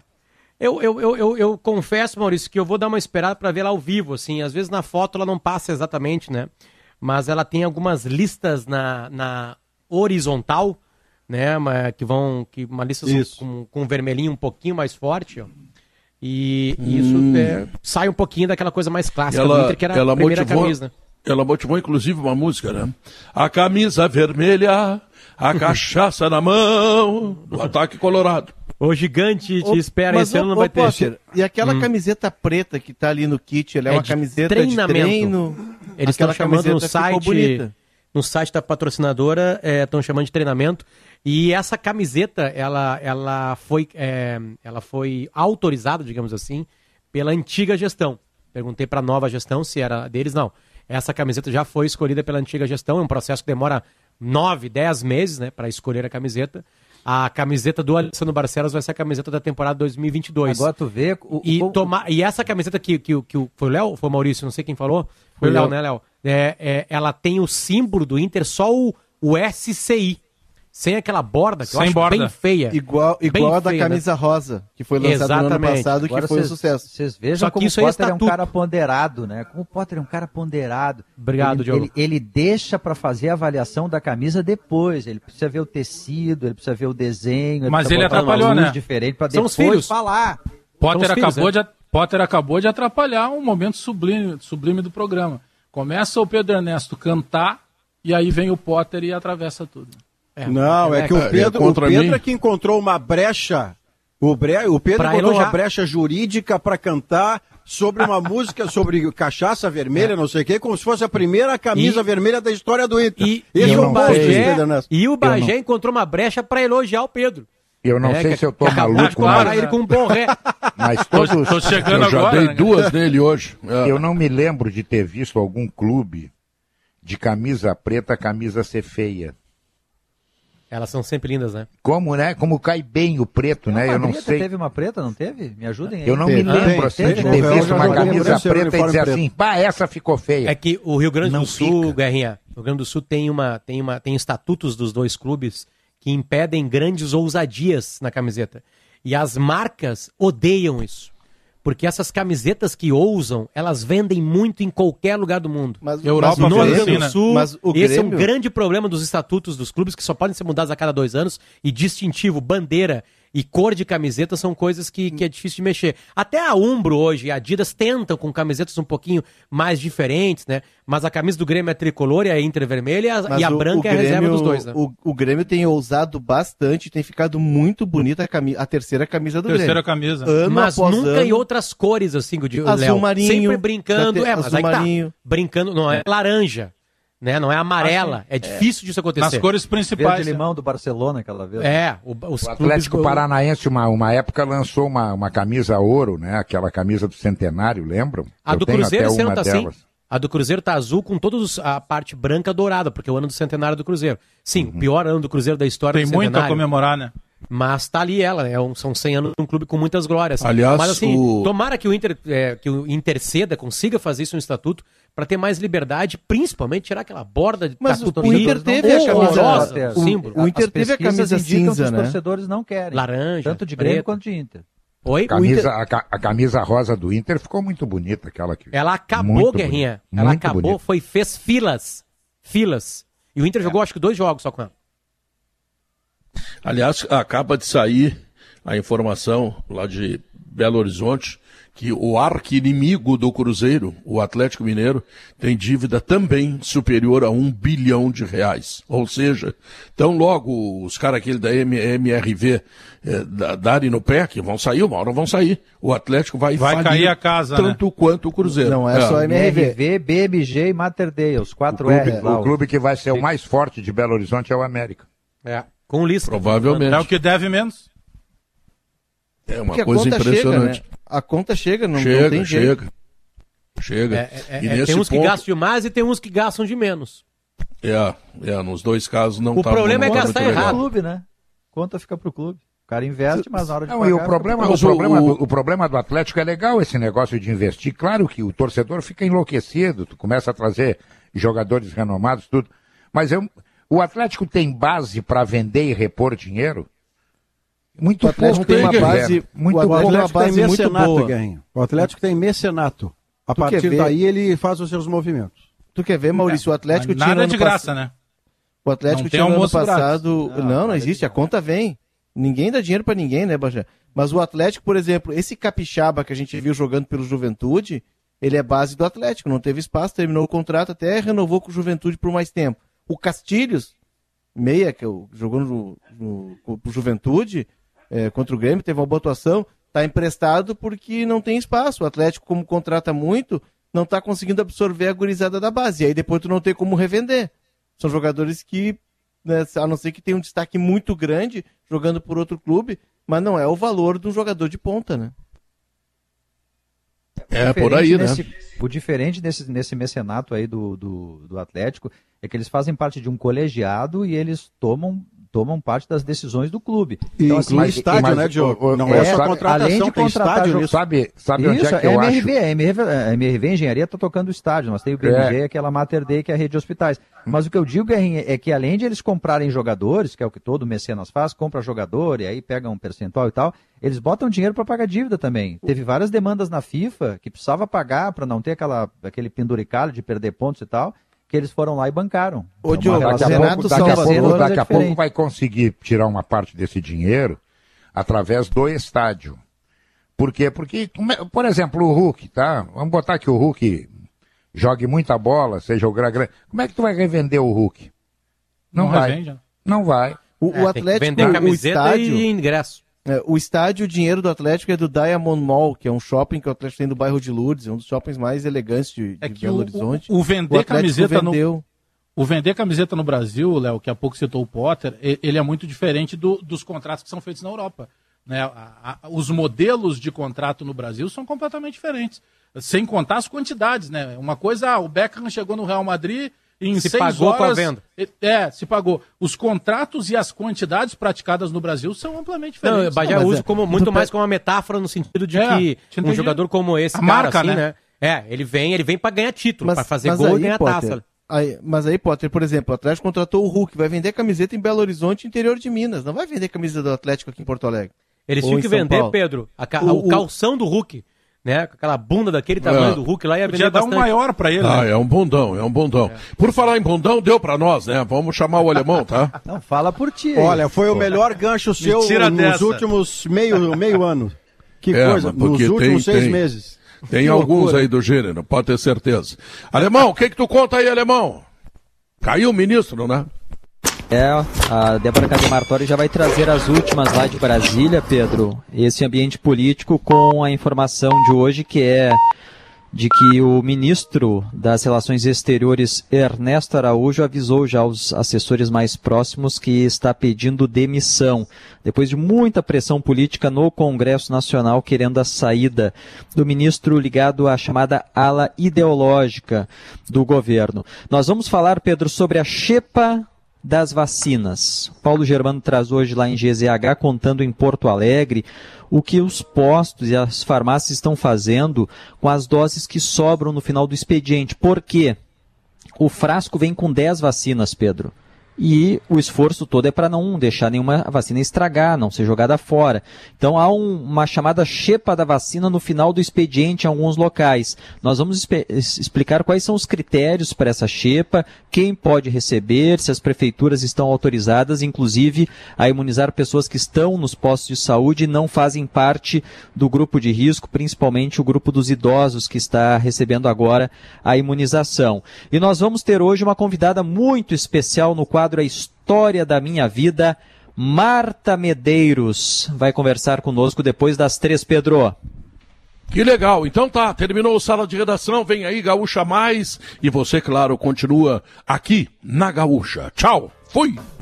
Eu confesso, Maurício, que eu vou dar uma esperada para ver ela ao vivo, assim. Às vezes na foto ela não passa exatamente, né? Mas ela tem algumas listas na horizontal, né? Uma lista com vermelhinho um pouquinho mais forte, ó. E isso sai um pouquinho daquela coisa mais clássica do Inter, que era a primeira camisa, né? Ela motivou, inclusive, uma música, né? A camisa vermelha, a cachaça na mão, do Ataque Colorado. O gigante te espera, esse ano não vai ter. Potter, e aquela camiseta preta que tá ali no kit, ela é uma camiseta de treino? Eles estão chamando no site da patrocinadora, estão chamando de treinamento. E essa camiseta, ela foi autorizada, digamos assim, pela antiga gestão. Perguntei para a nova gestão se era deles, não. Essa camiseta já foi escolhida pela antiga gestão, é um processo que demora 9, 10 meses, né, para escolher a camiseta. A camiseta do Alessandro Barcelos vai ser a camiseta da temporada 2022. Agora tu vê... E essa camiseta que foi o Léo, foi o Maurício, não sei quem falou, foi o Léo, né, Léo? Ela tem o símbolo do Inter, só o SCI. Sem aquela borda, que eu acho bem feia. Igual a da camisa rosa, que foi lançada no ano passado, agora que foi um sucesso. Vocês vejam como o Potter é um cara ponderado, né? Como o Potter é um cara ponderado. Obrigado, Diogo. Ele deixa para fazer a avaliação da camisa depois. Ele precisa ver o tecido, ele precisa ver o desenho. Mas ele atrapalhou, né? Diferente para depois falar. Potter acabou de atrapalhar um momento sublime do programa. Começa o Pedro Ernesto cantar e aí vem o Potter e atravessa tudo. Que o Pedro é que encontrou uma brecha. O Pedro encontrou uma brecha jurídica para cantar sobre uma música sobre cachaça vermelha, não sei o quê, como se fosse a primeira camisa vermelha da história do Inter. E o Bagé encontrou uma brecha para elogiar o Pedro. Eu não sei se eu tô maluco, ele com um bom ré. Mas todos... Tô chegando eu já dei duas nele hoje. Eu não me lembro de ter visto algum clube de camisa preta, camisa ser feia. Elas são sempre lindas, né? Como, né? Como cai bem o preto, né? Eu não sei. Teve uma preta, não teve? Me ajudem aí. Eu não me lembro assim de ter visto uma camisa preta e dizer assim, essa ficou feia. É que o Rio Grande do Sul, Guerrinha, o Rio Grande do Sul tem estatutos dos dois clubes que impedem grandes ousadias na camiseta. E as marcas odeiam isso. Porque essas camisetas que ousam, elas vendem muito em qualquer lugar do mundo. Mas no Rio Grande do Sul, esse é um grande problema dos estatutos dos clubes, que só podem ser mudados a cada 2 anos, e distintivo, bandeira e cor de camiseta são coisas que é difícil de mexer. Até a Umbro hoje e a Adidas tentam com camisetas um pouquinho mais diferentes, né? Mas a camisa do Grêmio é tricolor e a Inter vermelha e a branca é a reserva dos dois, né? O Grêmio tem ousado bastante, tem ficado muito bonita a terceira camisa do Grêmio. Terceira camisa. Mas nunca em outras cores, assim, o Léo. Azul marinho. Sempre brincando, mas aí tá. Brincando, não é laranja. Né? Não é amarela, é difícil disso acontecer. Nas cores principais. Verde limão do Barcelona aquela vez. O Atlético Paranaense, uma época, lançou uma camisa ouro, né? Aquela camisa do centenário, lembram? A do Cruzeiro esse ano tá assim. A do Cruzeiro tá azul com toda a parte branca dourada, porque é o ano do centenário do Cruzeiro. Sim, o pior ano do Cruzeiro da história do centenário. Tem muito a comemorar, né? Mas tá ali ela, são 100 anos de um clube com muitas glórias. Aliás, mas assim, tomara que o Interceda consiga fazer isso no estatuto para ter mais liberdade, principalmente tirar aquela borda de Mas o Inter teve a camisa símbolo. O Inter teve a camisa cinza, né? Os torcedores não querem. Laranja, tanto de Grêmio quanto de Inter. Oi? A camisa rosa do Inter ficou muito bonita, aquela que... Ela acabou, Guerrinha. Ela acabou, fez filas. E o Inter jogou acho que 2 jogos só com ela. Aliás, acaba de sair a informação lá de Belo Horizonte, que o arqui-inimigo do Cruzeiro, o Atlético Mineiro, tem dívida também superior a R$1 bilhão. Ou seja, tão logo os caras aquele da MRV darem no pé, que vão sair, uma hora vão sair, o Atlético vai cair a casa, tanto quanto o Cruzeiro. Não é só MRV, BMG e Mater Dei, os 4 R. O clube que vai ser o mais forte de Belo Horizonte é o América. Com lista. Provavelmente. É o que deve menos. É uma coisa impressionante. Chega, né? A conta chega, não tem jeito. Chega. Tem uns que gastam demais e tem uns que gastam de menos. Nos dois casos não tá. O problema é gastar errado. O clube, né? Conta fica pro clube. O cara investe, mas na hora de pagar... E o problema do Atlético é legal esse negócio de investir. Claro que o torcedor fica enlouquecido, tu começa a trazer jogadores renomados, tudo. Mas o Atlético tem base para vender e repor dinheiro? Muito pouco. Tem uma base, muito o Atlético tem mecenato, Guerrinho. O Atlético tem mecenato. A partir daí ele faz os seus movimentos. Tu quer ver, Maurício? O Atlético tinha nada de graça, né? O Atlético tinha no ano passado... Não existe, a conta vem. Ninguém dá dinheiro pra ninguém, né, Bajé? Mas o Atlético, por exemplo, esse capixaba que a gente viu jogando pelo Juventude, ele é base do Atlético, não teve espaço, terminou o contrato, até renovou com o Juventude por mais tempo. O Castilhos, meia, que jogou no Juventude... contra o Grêmio, teve uma boa atuação, está emprestado porque não tem espaço. O Atlético, como contrata muito, não está conseguindo absorver a gurizada da base. E aí depois tu não tem como revender. São jogadores que, né, a não ser que tenham um destaque muito grande jogando por outro clube, mas não é o valor de um jogador de ponta, né? Por aí, né? O diferente nesse mecenato aí do Atlético é que eles fazem parte de um colegiado e eles tomam parte das decisões do clube. Então, assim, mas estádio, né, Diogo? Não é só contratação, além de tem estádio nisso. Sabe onde é que eu acho? A MRV Engenharia está tocando o estádio. Nós temos o BMG, aquela Mater Dei, que é a rede de hospitais. Mas o que eu digo, Guerrinha, é que além de eles comprarem jogadores, que é o que todo mecenas faz, compra jogador e aí pega um percentual e tal, eles botam dinheiro para pagar dívida também. Teve várias demandas na FIFA que precisava pagar para não ter aquele penduricalho de perder pontos e tal, que eles foram lá e bancaram. Daqui a pouco vai conseguir tirar uma parte desse dinheiro através do estádio. Por quê? Porque, por exemplo, o Hulk, tá? Vamos botar que o Hulk jogue muita bola, seja o grande. Como é que tu vai revender o Hulk? Não vai. Revende. Não vai. O Atlético, vender camiseta o estádio, e ingresso. O estádio, o dinheiro do Atlético é do Diamond Mall, que é um shopping que o Atlético tem do bairro de Lourdes, é um dos shoppings mais elegantes de Belo Horizonte. O vender camiseta no Brasil, Léo, que há pouco citou o Potter, ele é muito diferente dos contratos que são feitos na Europa. Né? Os modelos de contrato no Brasil são completamente diferentes, sem contar as quantidades. Né? Uma coisa, o Beckham chegou no Real Madrid... Em se 6 pagou horas, com a venda. Se pagou. Os contratos e as quantidades praticadas no Brasil são amplamente diferentes. Não, eu uso muito mais como uma metáfora no sentido de que um jogador como esse, marca, assim, né? Ele vem para ganhar título, para fazer gol e ganhar taça. Mas aí, Potter, por exemplo, o Atlético contratou o Hulk, vai vender camiseta em Belo Horizonte, interior de Minas. Não vai vender camisa do Atlético aqui em Porto Alegre. Eles tinham que vender, Paulo. Pedro, o calção do Hulk. Né? Com aquela bunda daquele tamanho do Hulk lá, ia vender bastante. Dar um maior pra ele, né? É um bundão. Por falar em bundão, deu pra nós, né? Vamos chamar o alemão, tá? Não, fala por ti. Olha, foi o melhor gancho seu nos últimos meio ano. Que coisa, nos últimos 6 meses. Tem alguns aí do gênero, pode ter certeza. Alemão, o que tu conta aí, Alemão? Caiu o ministro, né? A Débora Cademartori já vai trazer as últimas lá de Brasília, Pedro, esse ambiente político com a informação de hoje que é de que o ministro das Relações Exteriores, Ernesto Araújo, avisou já aos assessores mais próximos que está pedindo demissão, depois de muita pressão política no Congresso Nacional querendo a saída do ministro ligado à chamada ala ideológica do governo. Nós vamos falar, Pedro, sobre a xepa das vacinas. Paulo Germano traz hoje lá em GZH, contando em Porto Alegre, o que os postos e as farmácias estão fazendo com as doses que sobram no final do expediente. Por quê? O frasco vem com 10 vacinas, Pedro. e o esforço todo é para não deixar nenhuma vacina estragar, não ser jogada fora. Então há uma chamada xepa da vacina no final do expediente em alguns locais. Nós vamos explicar quais são os critérios para essa xepa, quem pode receber, se as prefeituras estão autorizadas, inclusive, a imunizar pessoas que estão nos postos de saúde e não fazem parte do grupo de risco, principalmente o grupo dos idosos que está recebendo agora a imunização. E nós vamos ter hoje uma convidada muito especial no quadro A História da Minha Vida. Marta Medeiros vai conversar conosco depois das 3, Pedro. Que legal, então tá, terminou o Sala de Redação, vem aí Gaúcha Mais, e você, claro, continua aqui na Gaúcha. Tchau, fui!